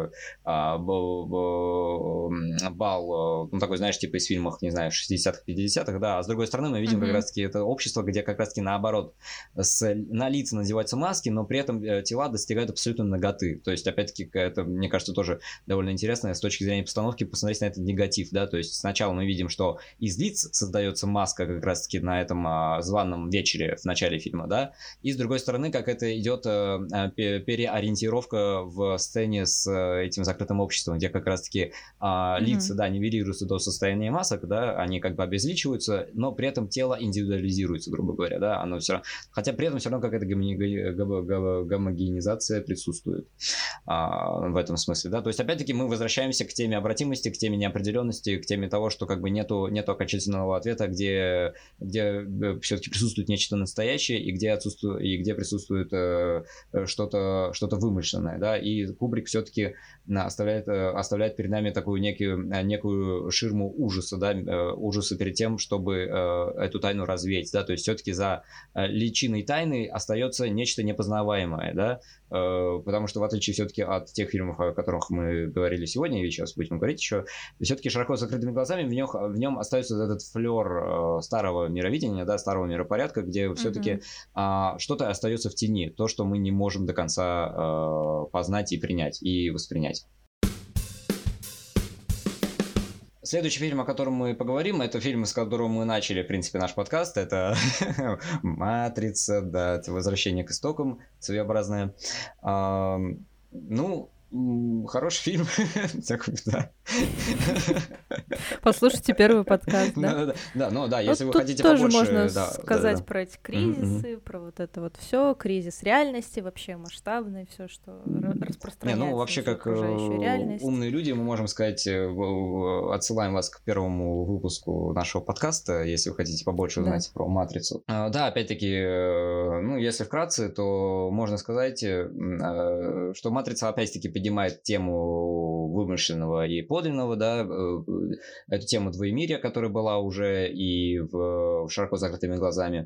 бал, ну, такой, знаешь, типа из фильмов, не знаю, 60-х, 50-х, да, а с другой стороны мы видим как раз-таки это общество, где как раз-таки наоборот на лица надеваются маски, но при этом тела достигают абсолютно наготы, то есть, опять-таки, это, мне кажется, тоже довольно интересно с точки зрения постановки посмотреть на этот негатив, да, то есть сначала мы видим, что из лиц создается маска как раз-таки на этом званом вечере в начале фильма, да, и с другой стороны, как это идет переориентировка в сцене с этим закрытым обществом, где как раз-таки лица, да, нивелируются до состояния масок, да, они как бы обезличиваются, но при этом тело индивидуализируется, грубо говоря, да, оно все равно, хотя при этом все равно какая-то гомогенизация присутствует в этом смысле, да, то есть опять-таки мы возвращаемся к теме обратимости, к теме неопределенности, к теме того, что как бы нету окончательного ответа, где все-таки присутствует нечто настоящее и где присутствует что-то вымышленное, да, и Кубрик все-таки оставляет перед нами такую некую ширму ужаса, да, ужаса перед тем, чтобы эту тайну развеять, да, то есть все-таки за личиной тайны остается нечто непознаваемое, да, потому что в отличие все-таки от тех фильмов, о которых мы говорили сегодня, и сейчас будем говорить еще, все-таки широко закрытыми глазами в нем остается этот флер старого мировидения, да, старого миропорядка, где все-таки что-то остается в тени, то, что мы не можем до конца познать и принять, и воспринять. Следующий фильм, о котором мы поговорим, это фильм, с которого мы начали, в принципе, наш подкаст. Это «Матрица», да, «Возвращение к истокам», своеобразное. Ну, хороший фильм. Да. Послушайте первый подкаст, да? Да, ну да, если вы хотите побольше... Тоже можно сказать про эти кризисы, про вот это вот все, кризис реальности вообще масштабный, все, что распространяется ну, вообще, на как окружающую реальность. Умные люди, мы можем сказать, отсылаем вас к первому выпуску нашего подкаста, если вы хотите побольше узнать про «Матрицу». Да, опять-таки, ну, если вкратце, то можно сказать, что «Матрица» опять-таки поднимает тему вымышленного и подлинного, да, эту тему двоемирия, которая была уже и в «Широко закрытыми глазами»,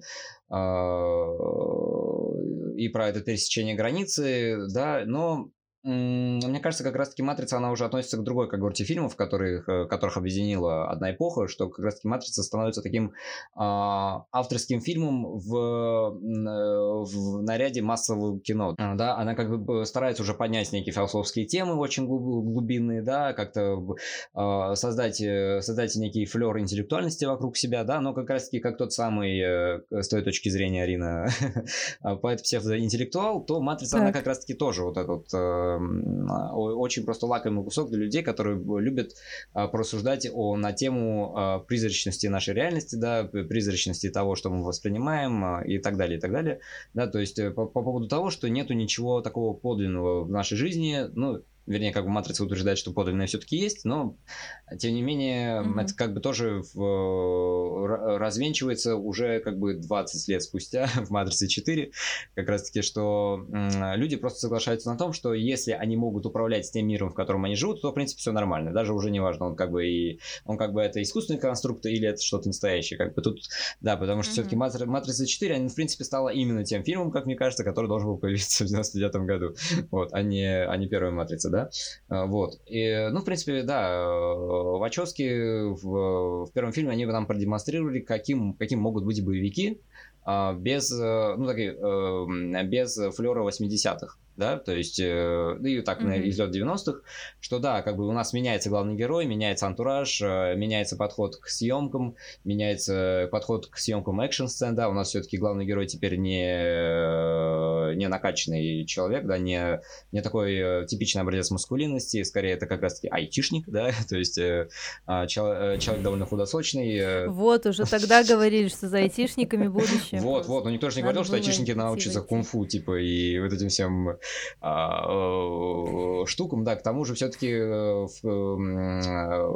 и про это пересечение границы, да, но мне кажется, как раз-таки «Матрица», она уже относится к другой когорте фильмов, которых объединила одна эпоха, что как раз-таки «Матрица» становится таким авторским фильмом в наряде массового кино. Да, она как бы старается уже поднять некие философские темы очень глубинные, да, как-то создать некий флёр интеллектуальности вокруг себя, да, но как раз-таки как тот самый, с той точки зрения, Арина, поэт-псевдоинтеллектуал, то «Матрица», она как раз-таки тоже вот этот очень просто лакомый кусок для людей, которые любят порассуждать на тему призрачности нашей реальности, да, призрачности того, что мы воспринимаем, и так далее, и так далее. Да, то есть по поводу того, что нету ничего такого подлинного в нашей жизни, ну, вернее, как бы «Матрица» утверждает, что подлинное все-таки есть, но, тем не менее, это как бы тоже развенчивается уже как бы 20 лет спустя в «Матрице 4», как раз-таки, что люди просто соглашаются на том, что если они могут управлять тем миром, в котором они живут, то, в принципе, все нормально, даже уже не важно, он как бы это искусственный конструкт или это что-то настоящее, как бы тут, да, потому что все-таки «Матрица 4», она, в принципе, стала именно тем фильмом, как мне кажется, который должен был появиться в 99-м году, вот, а не первая «Матрица», да, вот, и, ну, в принципе, да, Вачовски в первом фильме они нам продемонстрировали, каким могут быть боевики без флера 80-х. Да, то есть, и так, излет 90-х, что да, как бы у нас меняется главный герой, меняется антураж, меняется подход к съемкам, меняется подход к съемкам экшн-сцен, да, у нас все-таки главный герой теперь не накачанный человек, да, не такой типичный образец маскулинности, скорее это как раз-таки айтишник, да, то есть человек довольно худосочный. Вот, уже тогда говорили, что за айтишниками будущее. Вот, но никто же не говорил, что айтишники научатся кунг-фу, типа, и вот этим всем штукам, да, к тому же все-таки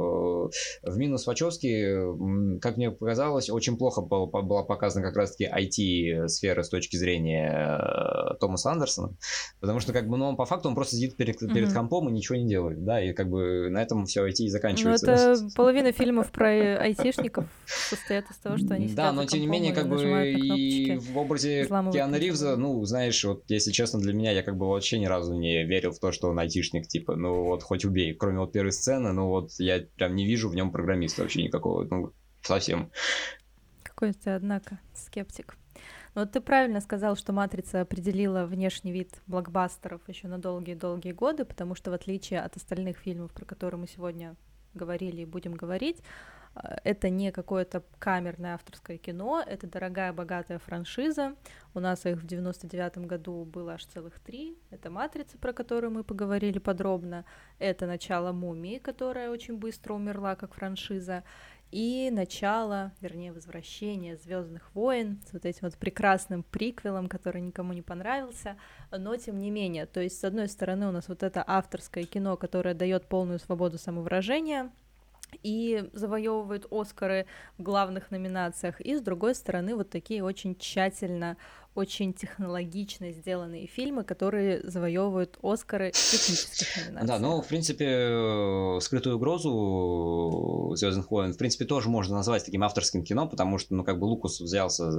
в минус Вачовски, как мне показалось, очень плохо была показана как раз-таки IT-сфера с точки зрения Томаса Андерсона, потому что как бы, ну, он по факту он просто сидит перед компом и ничего не делает, да, и как бы на этом все IT и заканчивается. Ну, это половина фильмов про айтишников состоят из того, что они сидят да, но за тем не компом менее, и как бы нажимают на и кнопочки, в образе взламывают Киану Ривза, ничего. ну, знаешь, вот, если честно, для меня, я как бы вообще ни разу не верил в то, что он айтишник, типа, ну, вот, хоть убей, кроме вот первой сцены, ну, вот, я прям не вижу в нем программиста вообще никакого, ну, совсем. Какой ты, однако, скептик. Ну, вот ты правильно сказал, что «Матрица» определила внешний вид блокбастеров еще на долгие-долгие годы, потому что в отличие от остальных фильмов, про которые мы сегодня говорили и будем говорить, это не какое-то камерное авторское кино, это дорогая, богатая франшиза. У нас их в 99-м году было аж целых 3. Это «Матрица», про которую мы поговорили подробно. Это начало «Мумии», которая очень быстро умерла как франшиза. И начало, вернее, возвращение «Звездных войн» с вот этим вот прекрасным приквелом, который никому не понравился, но тем не менее, то есть, с одной стороны, у нас вот это авторское кино, которое дает полную свободу самовыражения и завоевывает Оскары в главных номинациях, и с другой стороны, вот такие очень тщательно, очень технологично сделанные фильмы, которые завоевывают Оскары в технических номинациях. Да, ну, в принципе, «Скрытую угрозу» «Звездных войн», в принципе, тоже можно назвать таким авторским кино, потому что, ну, как бы Лукас взялся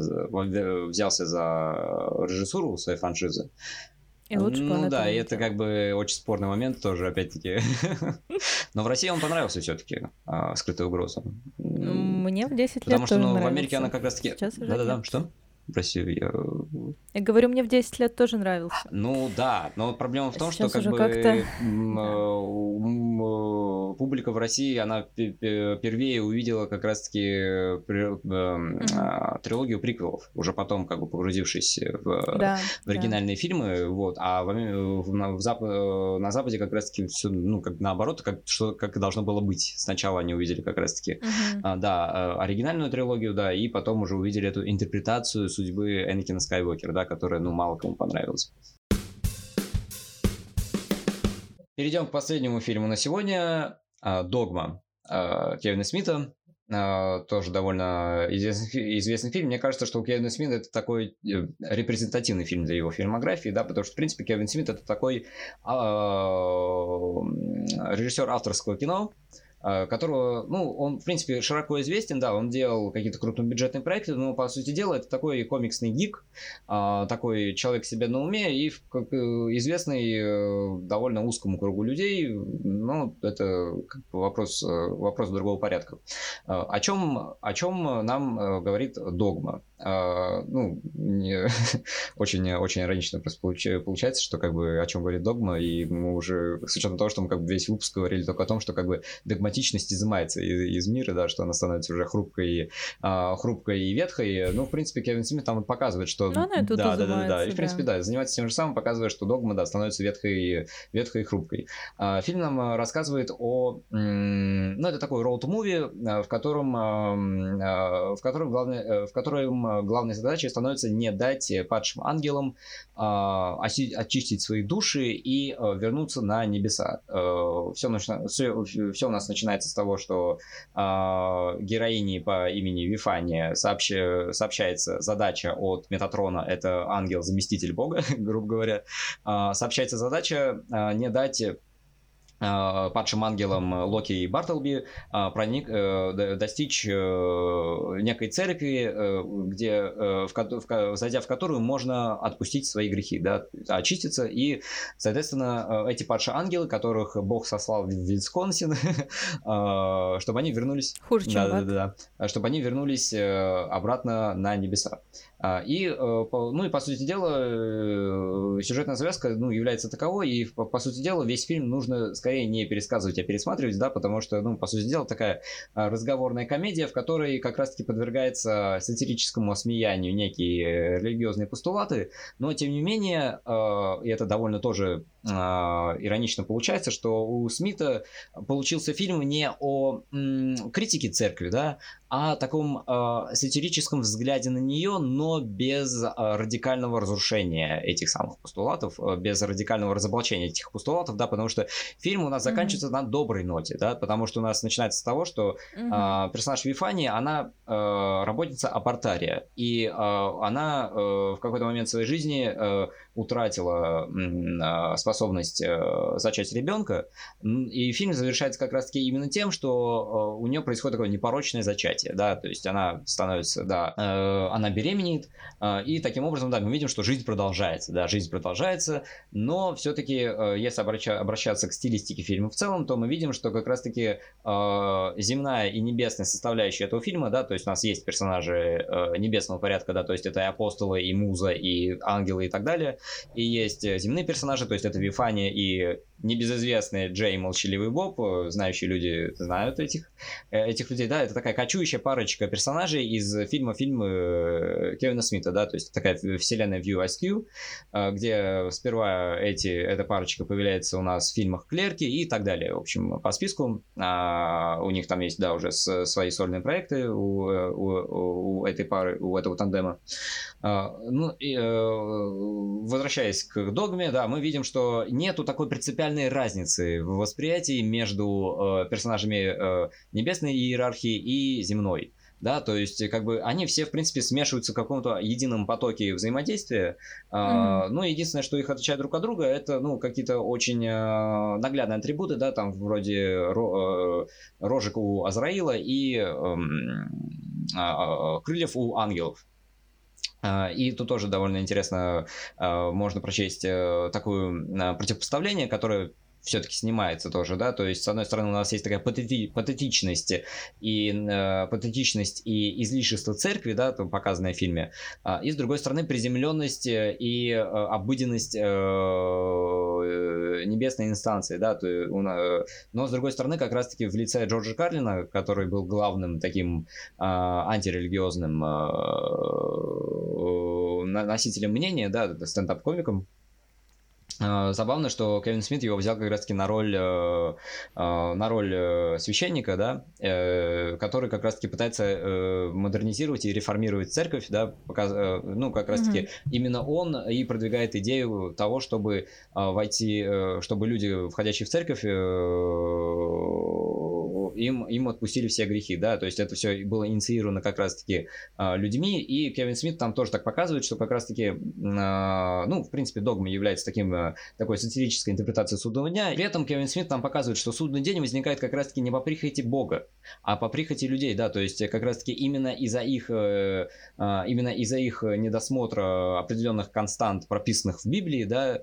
за режиссуру своей франшизы. И лучше бы он ну да, и это делал. как бы очень спорный момент тоже, опять-таки. Но в России он понравился все-таки, «Скрытая угроза». Мне в 10 лет Потому что, тоже ну, нравился. в Америке она как раз-таки... Да-да-да, что? Прости, Я говорю, мне в 10 лет тоже нравился. Ну да, но проблема в том, что как бы публика в России, она первее увидела как раз-таки трилогию приквелов, уже потом как бы погрузившись в оригинальные фильмы, вот, а на Западе как раз-таки все, ну, как наоборот, как и должно было быть. Сначала они увидели как раз-таки, оригинальную трилогию, да, и потом уже увидели эту интерпретацию судьбы Энакина Скайуокера, да, которая, ну, мало кому понравилась. Перейдем к последнему фильму на сегодня. «Догма» Кевина Смита. Тоже довольно известный фильм. Мне кажется, что у Кевина Смита это такой репрезентативный фильм для его фильмографии, да, потому что, в принципе, Кевин Смит это такой режиссер авторского кино, которого, ну, он, в принципе, широко известен, да, он делал какие-то крупнобюджетные проекты, но, по сути дела, это такой комиксный гик, такой человек себе на уме и известный довольно узкому кругу людей, ну, это вопрос другого порядка. О чем нам говорит «Догма»? Ну, очень иронично просто получается, что как бы о чем говорит «Догма», и мы уже, с учетом того, что мы как бы весь выпуск говорили только о том, что как бы догматичность изымается из мира, да, что она становится уже хрупкой и ветхой. Ну, в принципе, Кевин Смит там показывает, что... Ну, она и тут изымается, и, в принципе, да, занимается тем же самым, показывает, что «Догма», да, становится ветхой и хрупкой. Фильм нам рассказывает о... Ну, это такой роуд-муви, в котором главной задачей становится не дать падшим ангелам очистить свои души и вернуться на небеса. Все у нас начинается с того, что героине по имени Вифания сообщается задача от Метатрона, это ангел-заместитель бога, грубо говоря, сообщается задача не дать падшим ангелам Локи и Бартлби достичь некой церкви, зайдя в которую можно отпустить свои грехи, да, очиститься, и, соответственно, эти падшие ангелы, которых Бог сослал в Висконсин, чтобы они вернулись... чтобы они вернулись обратно на небеса. И, по сути дела, сюжетная завязка, ну, является таковой, и, по сути дела, весь фильм нужно скорее не пересказывать, а пересматривать, да, потому что, ну, по сути дела, такая разговорная комедия, в которой как раз-таки подвергается сатирическому осмеянию некие религиозные постулаты, но, тем не менее, и это довольно тоже иронично получается, что у Смита получился фильм не о критике церкви, да, о таком сатирическом взгляде на нее, но но без радикального разрушения этих самых постулатов, без радикального разоблачения этих постулатов, да, потому что фильм у нас заканчивается на доброй ноте, да, потому что у нас начинается с того, что персонаж Вифании, она работница абортария, и она в какой-то момент своей жизни утратила способность зачать ребенка, и фильм завершается как раз-таки именно тем, что у нее происходит такое непорочное зачатие, да, то есть она становится, да, она беременеет, и таким образом, да, мы видим, что жизнь продолжается, но все-таки, если обращаться к стилистике фильма в целом, то мы видим, что как раз-таки земная и небесная составляющая этого фильма, да, то есть у нас есть персонажи небесного порядка, да, то есть это и апостолы, и муза, и ангелы, и так далее, и есть земные персонажи, то есть это Вифания и небезызвестный Джей Молчаливый Боб, знающие люди знают этих людей, да, это такая кочующая парочка персонажей из фильма Кевина Смита, да, то есть такая вселенная View Askew, где сперва эта парочка появляется у нас в фильмах «Клерки» и так далее, в общем, по списку, у них там есть, да, уже свои сольные проекты у этой пары, у этого тандема. Ну, и, возвращаясь к «Догме», да, мы видим, что нету такой принципиальной разницы в восприятии между персонажами небесной иерархии и земной. Да, то есть, как бы, они все, в принципе, смешиваются в каком-то едином потоке взаимодействия. Ну, единственное, что их отличает друг от друга, это, ну, какие-то очень наглядные атрибуты, да, там, вроде рожек у Азраила и крыльев у ангелов. И тут тоже довольно интересно можно прочесть такое противопоставление, которое все-таки снимается тоже, да, то есть, с одной стороны, у нас есть такая патетичность и излишество церкви, да, показанное в фильме, и, с другой стороны, приземленность и обыденность небесной инстанции, да, но, с другой стороны, как раз-таки в лице Джорджа Карлина, который был главным таким антирелигиозным носителем мнения, да, стендап-комиком. Забавно, что Кевин Смит его взял как раз-таки на роль священника, да, который как раз-таки пытается модернизировать и реформировать церковь, да, ну, как раз-таки именно он и продвигает идею того, чтобы чтобы люди, входящие в церковь, им отпустили все грехи, да, то есть это все было инициировано как раз-таки людьми, и Кевин Смит там тоже так показывает, что как раз-таки, ну, в принципе, «Догма» является такой сатирической интерпретацией судного дня. При этом Кевин Смит нам показывает, что судный день возникает как раз-таки не по прихоти Бога, а по прихоти людей, да, то есть как раз-таки именно из-за их недосмотра определенных констант, прописанных в Библии, да,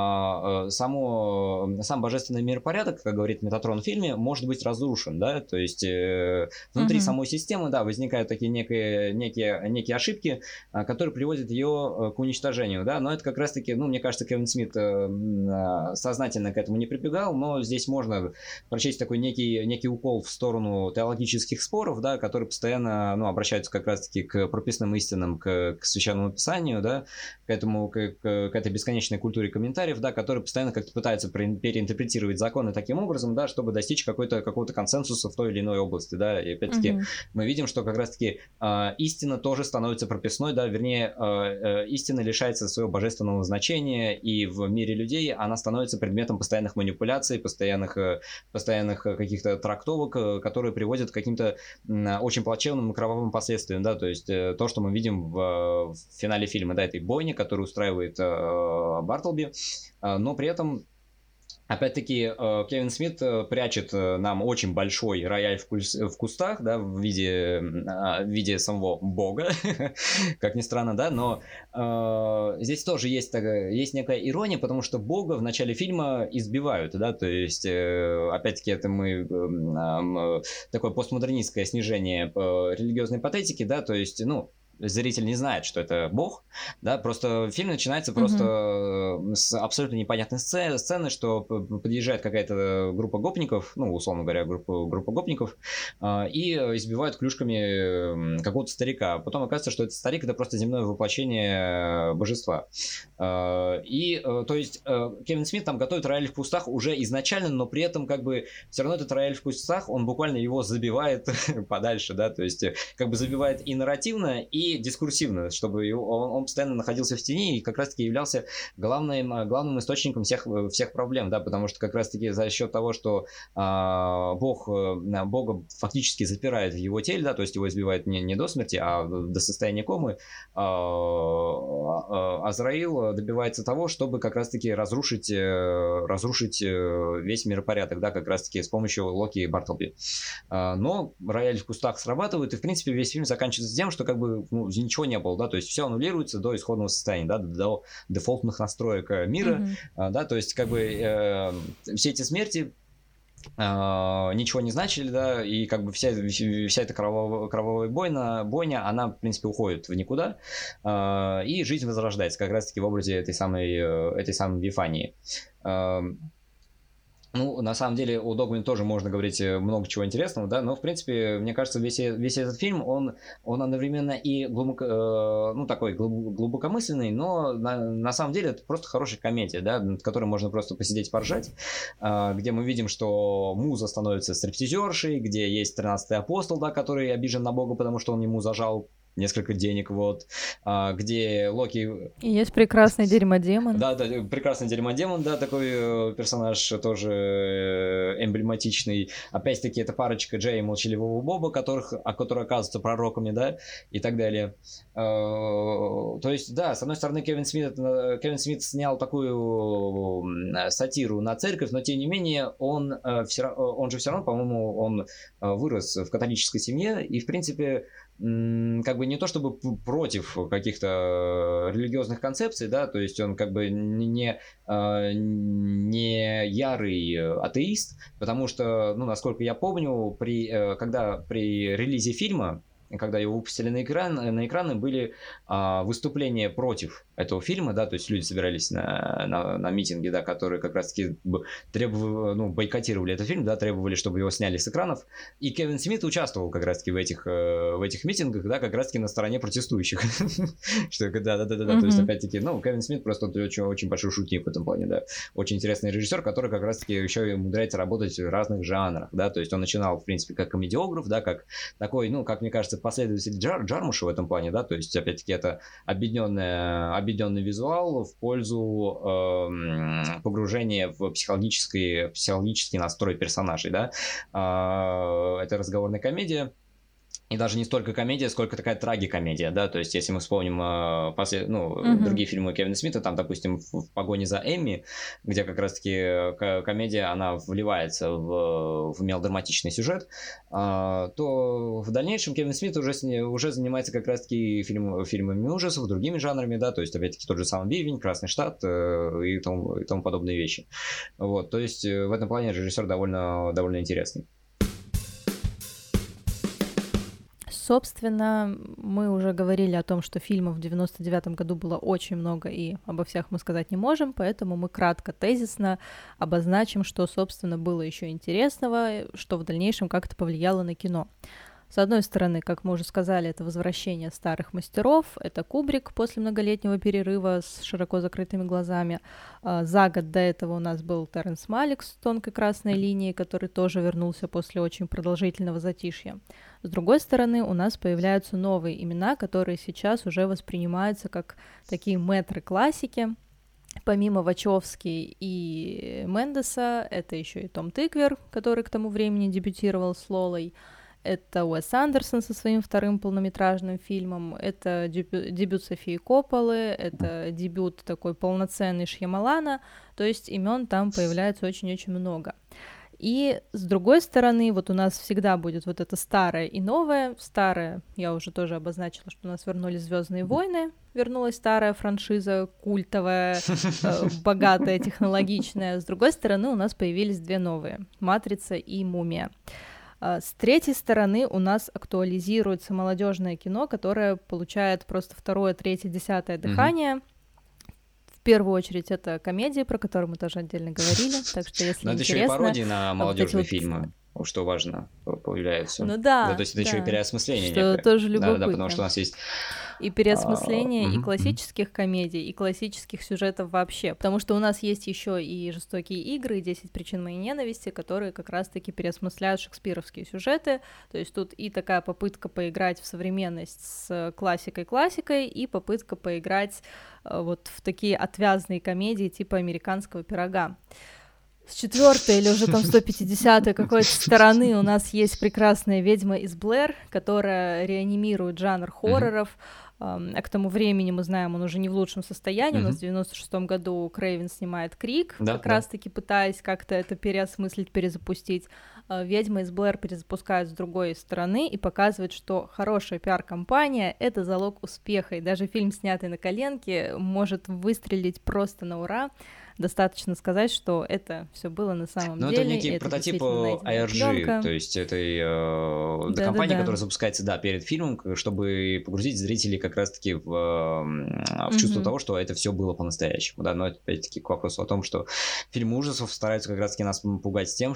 сам божественный миропорядок, как говорит Метатрон в фильме, может быть разрушен, да, то есть внутри самой системы, да, возникают такие некие ошибки, которые приводят ее к уничтожению, да, но это как раз-таки, ну, мне кажется, Кевин Смит сознательно к этому не прибегал, но здесь можно прочесть такой некий укол в сторону теологических споров, да, которые постоянно, ну, обращаются как раз-таки к прописанным истинам, к священному писанию, да, к этой бесконечной культуре комментариев, да, которые постоянно как-то пытаются переинтерпретировать законы таким образом, да, чтобы достичь какого-то консенсуса в той или иной области, да, и опять-таки мы видим, что как раз-таки истина тоже становится прописной, да, вернее, истина лишается своего божественного значения, и в мире людей она становится предметом постоянных манипуляций, постоянных каких-то трактовок, которые приводят к каким-то очень плачевным и кровавым последствиям, да, то есть то, что мы видим в финале фильма, да, этой бойни, которую устраивает Бартлби, но при этом, опять-таки, Кевин Смит прячет нам очень большой рояль в кустах, да, в виде самого Бога, как ни странно, да, но здесь тоже есть некая ирония, потому что Бога в начале фильма избивают, да, то есть, опять-таки, это такое постмодернистское снижение религиозной патетики, да, то есть, ну, зритель не знает, что это Бог, да, просто фильм начинается просто с абсолютно непонятной сцены, что подъезжает какая-то группа гопников, ну, условно говоря, группа гопников, и избивают клюшками какого-то старика. Потом оказывается, что этот старик — это просто земное воплощение божества. И, то есть, Кевин Смит там готовит рояль в кустах уже изначально, но при этом, как бы, все равно этот рояль в кустах, он буквально его забивает подальше, да, то есть, как бы забивает и нарративно, и и дискурсивно, чтобы он постоянно находился в тени и как раз-таки являлся главным источником всех проблем, да, потому что как раз-таки за счет того, что Бога фактически запирает в его теле, да, то есть его избивает не до смерти, а до состояния комы, Азраил добивается того, чтобы как раз-таки разрушить весь миропорядок, да, как раз-таки с помощью Локи и Бартлби. Но рояль в кустах срабатывает, и, в принципе, весь фильм заканчивается тем, что как бы ничего не было, да, то есть все аннулируется до исходного состояния, да, до дефолтных настроек мира, да, то есть как бы все эти смерти ничего не значили, да, и как бы вся эта кровавая бойня, она, в принципе, уходит в никуда, и жизнь возрождается как раз-таки в образе этой самой Вифании. Ну, на самом деле, о Догмане тоже можно говорить много чего интересного, да, но, в принципе, мне кажется, весь этот фильм, он одновременно и такой глубокомысленный, но на самом деле это просто хорошая комедия, да, над которой можно просто посидеть, поржать, где мы видим, что Муза становится стриптизершей, где есть 13-й апостол, да, который обижен на Бога, потому что он ему зажал несколько денег, вот, где Локи... И есть прекрасный дерьмодемон. Да, прекрасный дерьмодемон, да, такой персонаж тоже эмблематичный. Опять-таки, это парочка Джея и молчаливого Боба, которые оказываются пророками, да, и так далее. То есть, да, с одной стороны, Кевин Смит снял такую сатиру на церковь, но, тем не менее, он же все равно, по-моему, он вырос в католической семье, и, в принципе, как бы не то чтобы против каких-то религиозных концепций, да, то есть он как бы не ярый атеист, потому что, ну, насколько я помню, когда при релизе фильма, когда его выпустили на экраны были выступления против этого фильма, да, то есть люди собирались на митинге, да, которые как раз-таки бойкотировали этот фильм, да, требовали, чтобы его сняли с экранов, и Кевин Смит участвовал как раз-таки в этих митингах, да, как раз-таки на стороне протестующих. Что, да, то есть, опять-таки, ну, Кевин Смит просто очень большой шутник в этом плане, да, очень интересный режиссер, который как раз-таки еще и умудряется работать в разных жанрах, да, то есть он начинал, в принципе, как комедиограф, да, как такой, ну, как мне кажется, последователь Джармуша в этом плане, да, то есть, опять-таки, это объединенный визуал в пользу погружения в психологический настрой персонажей, да, это разговорная комедия. И даже не столько комедия, сколько такая трагикомедия, да, то есть если мы вспомним другие фильмы Кевина Смита, там, допустим, в «Погоне за Эмми», где как раз-таки комедия, она вливается в мелодраматичный сюжет, то в дальнейшем Кевин Смит уже занимается как раз-таки фильмами ужасов, другими жанрами, да, то есть, опять-таки, тот же самый «Бивень», «Красный штат» и тому подобные вещи. Вот, то есть в этом плане режиссер довольно интересный. Собственно, мы уже говорили о том, что фильмов в 99-м году было очень много, и обо всех мы сказать не можем, поэтому мы кратко, тезисно обозначим, что, собственно, было еще интересного, что в дальнейшем как-то повлияло на кино. С одной стороны, как мы уже сказали, это возвращение старых мастеров, это Кубрик после многолетнего перерыва с широко закрытыми глазами. За год до этого у нас был Терренс Малик с «Тонкой красной линией», который тоже вернулся после очень продолжительного затишья. С другой стороны, у нас появляются новые имена, которые сейчас уже воспринимаются как такие мэтры классики. Помимо Вачовски и Мендеса, это еще и Том Тыквер, который к тому времени дебютировал с Лолой. Это Уэс Андерсон со своим вторым полнометражным фильмом, это дебют Софии Копполы, это дебют такой полноценный Шьямалана, то есть имен там появляется очень-очень много. И с другой стороны, вот у нас всегда будет вот это старое и новое. Старое, я уже тоже обозначила, что у нас вернулись «Звездные войны», вернулась старая франшиза, культовая, богатая, технологичная. С другой стороны, у нас появились две новые — «Матрица» и «Мумия». С третьей стороны у нас актуализируется молодежное кино, которое получает просто второе, третье, десятое дыхание. В первую очередь это комедии, про которые мы тоже отдельно говорили, так что если интересно... Но это еще и пародии на молодежные фильмы, что важно, появляются. Ну да. То есть это еще и переосмысление что тоже любопытно. Да, потому что у нас есть и переосмысление и классических комедий, и классических сюжетов вообще. Потому что у нас есть еще и «Жестокие игры», и «10 причин моей ненависти», которые как раз-таки переосмысляют шекспировские сюжеты. То есть тут и такая попытка поиграть в современность с классикой, и попытка поиграть вот в такие отвязные комедии типа «Американского пирога». С 4-й или уже там 150-й какой-то стороны у нас есть прекрасная «Ведьма из Блэр», которая реанимирует жанр хорроров. А к тому времени, мы знаем, он уже не в лучшем состоянии. У нас в 96-м году Крейвен снимает «Крик», как раз-таки пытаясь как-то это переосмыслить, перезапустить. «Ведьма из Блэр» перезапускают с другой стороны и показывает, что хорошая пиар-компания — это залог успеха. И даже фильм, снятый на коленке, может выстрелить просто на ура. Достаточно сказать, что это все было на самом деле. Ну, это некий прототип IRG, то есть этой компании, которая запускается, перед фильмом, чтобы погрузить зрителей как раз-таки в чувство того, что это все было по-настоящему, да, но опять-таки к вопросу о том, что фильмы ужасов стараются как раз-таки нас пугать тем,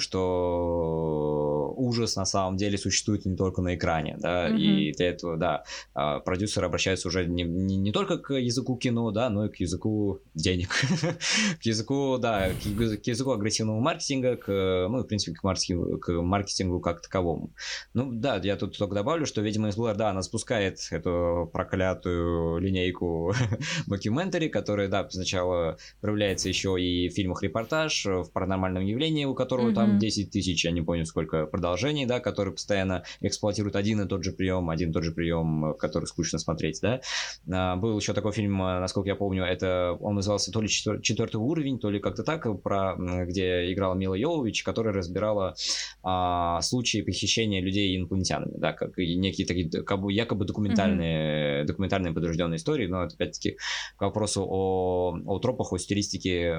что ужас на самом деле существует не только на экране, да, и для этого, продюсеры обращаются уже не только к языку кино, да, но и к языку денег, к языку агрессивного маркетинга, в принципе, к маркетингу как таковому. Ну, да, я тут только добавлю, что «Ведьма из Блэр», она спускает эту проклятую линейку мокюментари, которая, сначала проявляется еще и в фильмах «Репортаж», в «Паранормальном явлении», у которого там 10 тысяч, я не помню сколько, продолжений, да, которые постоянно эксплуатируют один и тот же прием, который скучно смотреть, да. Был еще такой фильм, насколько я помню, он назывался то ли «Четвертый уровень», то ли как-то так, где играла Мила Йовович, которая разбирала случаи похищения людей инопланетянами, да, как и некие такие якобы документальные подтвержденные истории, но это опять-таки к вопросу о тропах, о стилистике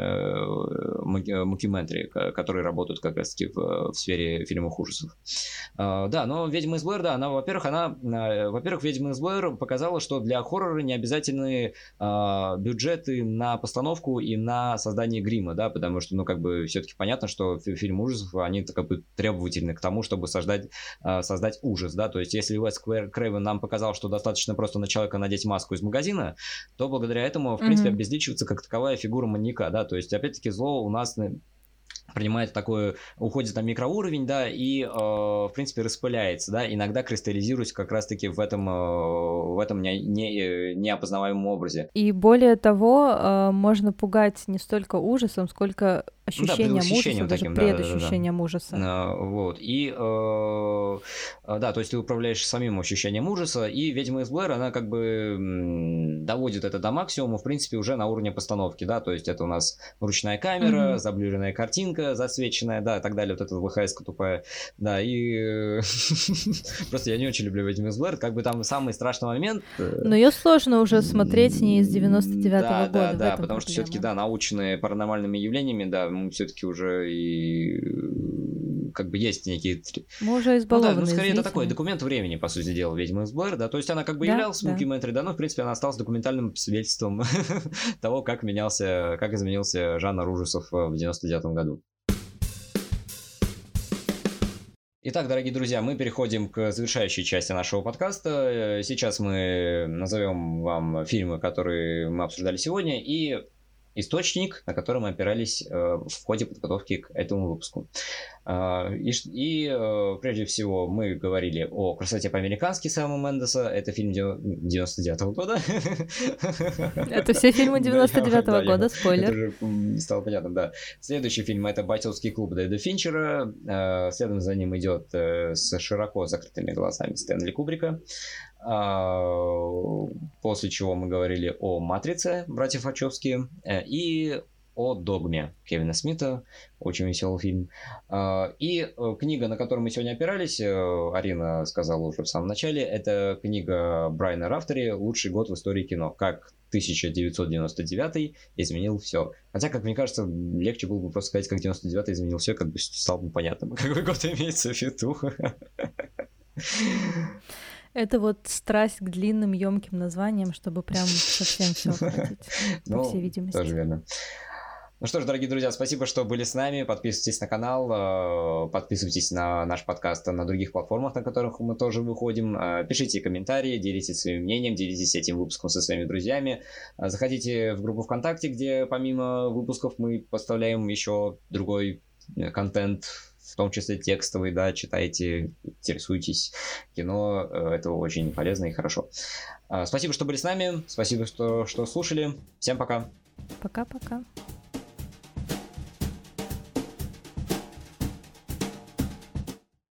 мокюментари, которые работают как раз-таки в сфере фильмов ужасов. Да, но «Ведьма из Блэр», да, во-первых, «Ведьма из Блэр» показала, что для хоррора не обязательны бюджеты на постановку и на создание грима, да, потому что, все-таки понятно, что фильм ужасов, они требовательны к тому, чтобы создать ужас, да, то есть если Уэс Крейвен нам показал, что достаточно просто на человека надеть маску из магазина, то благодаря этому, в принципе, обезличивается как таковая фигура маньяка, да, то есть, опять-таки, зло у нас принимает такое, уходит на микроуровень, да, и, в принципе, распыляется, да, иногда кристаллизируясь как раз-таки в этом неопознаваемом образе. И более того, можно пугать не столько ужасом, сколько ощущением ужаса, даже предощущением ужаса. Вот, и, то есть ты управляешь самим ощущением ужаса, и «Ведьма из Блэр», она доводит это до максимума, в принципе, уже на уровне постановки, да, то есть это у нас ручная камера, заблюренная картинка, засвеченная, да, и так далее, вот эта ВХС-ка тупая, да, и просто я не очень люблю «Ведьму из Блэр», там самый страшный момент... Но ее сложно уже смотреть не из 99-го года. Да, потому что все-таки, наученные паранормальными явлениями, да, мы все-таки уже и есть некие... Мы уже избалованы. Скорее это такой документ времени, по сути дела, «Ведьма из Блэр», да, то есть она являлась мокюментари, да, но в принципе она осталась документальным свидетельством того, как изменился жанр ужасов в 99-м году. Итак, дорогие друзья, мы переходим к завершающей части нашего подкаста. Сейчас мы назовем вам фильмы, которые мы обсуждали сегодня, и источник, на который мы опирались в ходе подготовки к этому выпуску. И прежде всего мы говорили о «Красоте по-американски» Сэма Мендеса. Это фильм 99-го года. Это все фильмы 99-го года, спойлер. Это уже стало понятно, да. Следующий фильм — это «Бойцовский клуб» Дэвида Финчера. Следом за ним идет «С широко закрытыми глазами» Стэнли Кубрика. После чего мы говорили о «Матрице» братьев Вачовски и о «Догме» Кевина Смита. Очень веселый фильм. И книга, на которую мы сегодня опирались, Арина сказала уже в самом начале, это книга Брайана Рафтери «Лучший год в истории кино. Как 1999 изменил все». Хотя, как мне кажется, легче было бы просто сказать, как 99 изменил все, как бы стало бы понятно, какой год имеется в виду. Это вот страсть к длинным, ёмким названиям, чтобы прям совсем все охватить, по всей видимости. Тоже верно. Ну что ж, дорогие друзья, спасибо, что были с нами. Подписывайтесь на канал, подписывайтесь на наш подкаст на других платформах, на которых мы тоже выходим. Пишите комментарии, делитесь своим мнением, делитесь этим выпуском со своими друзьями. Заходите в группу ВКонтакте, где помимо выпусков мы поставляем еще другой контент, в том числе текстовый, да, читайте, интересуйтесь кино, это очень полезно и хорошо. Спасибо, что были с нами, спасибо, что слушали. Всем пока. Пока-пока.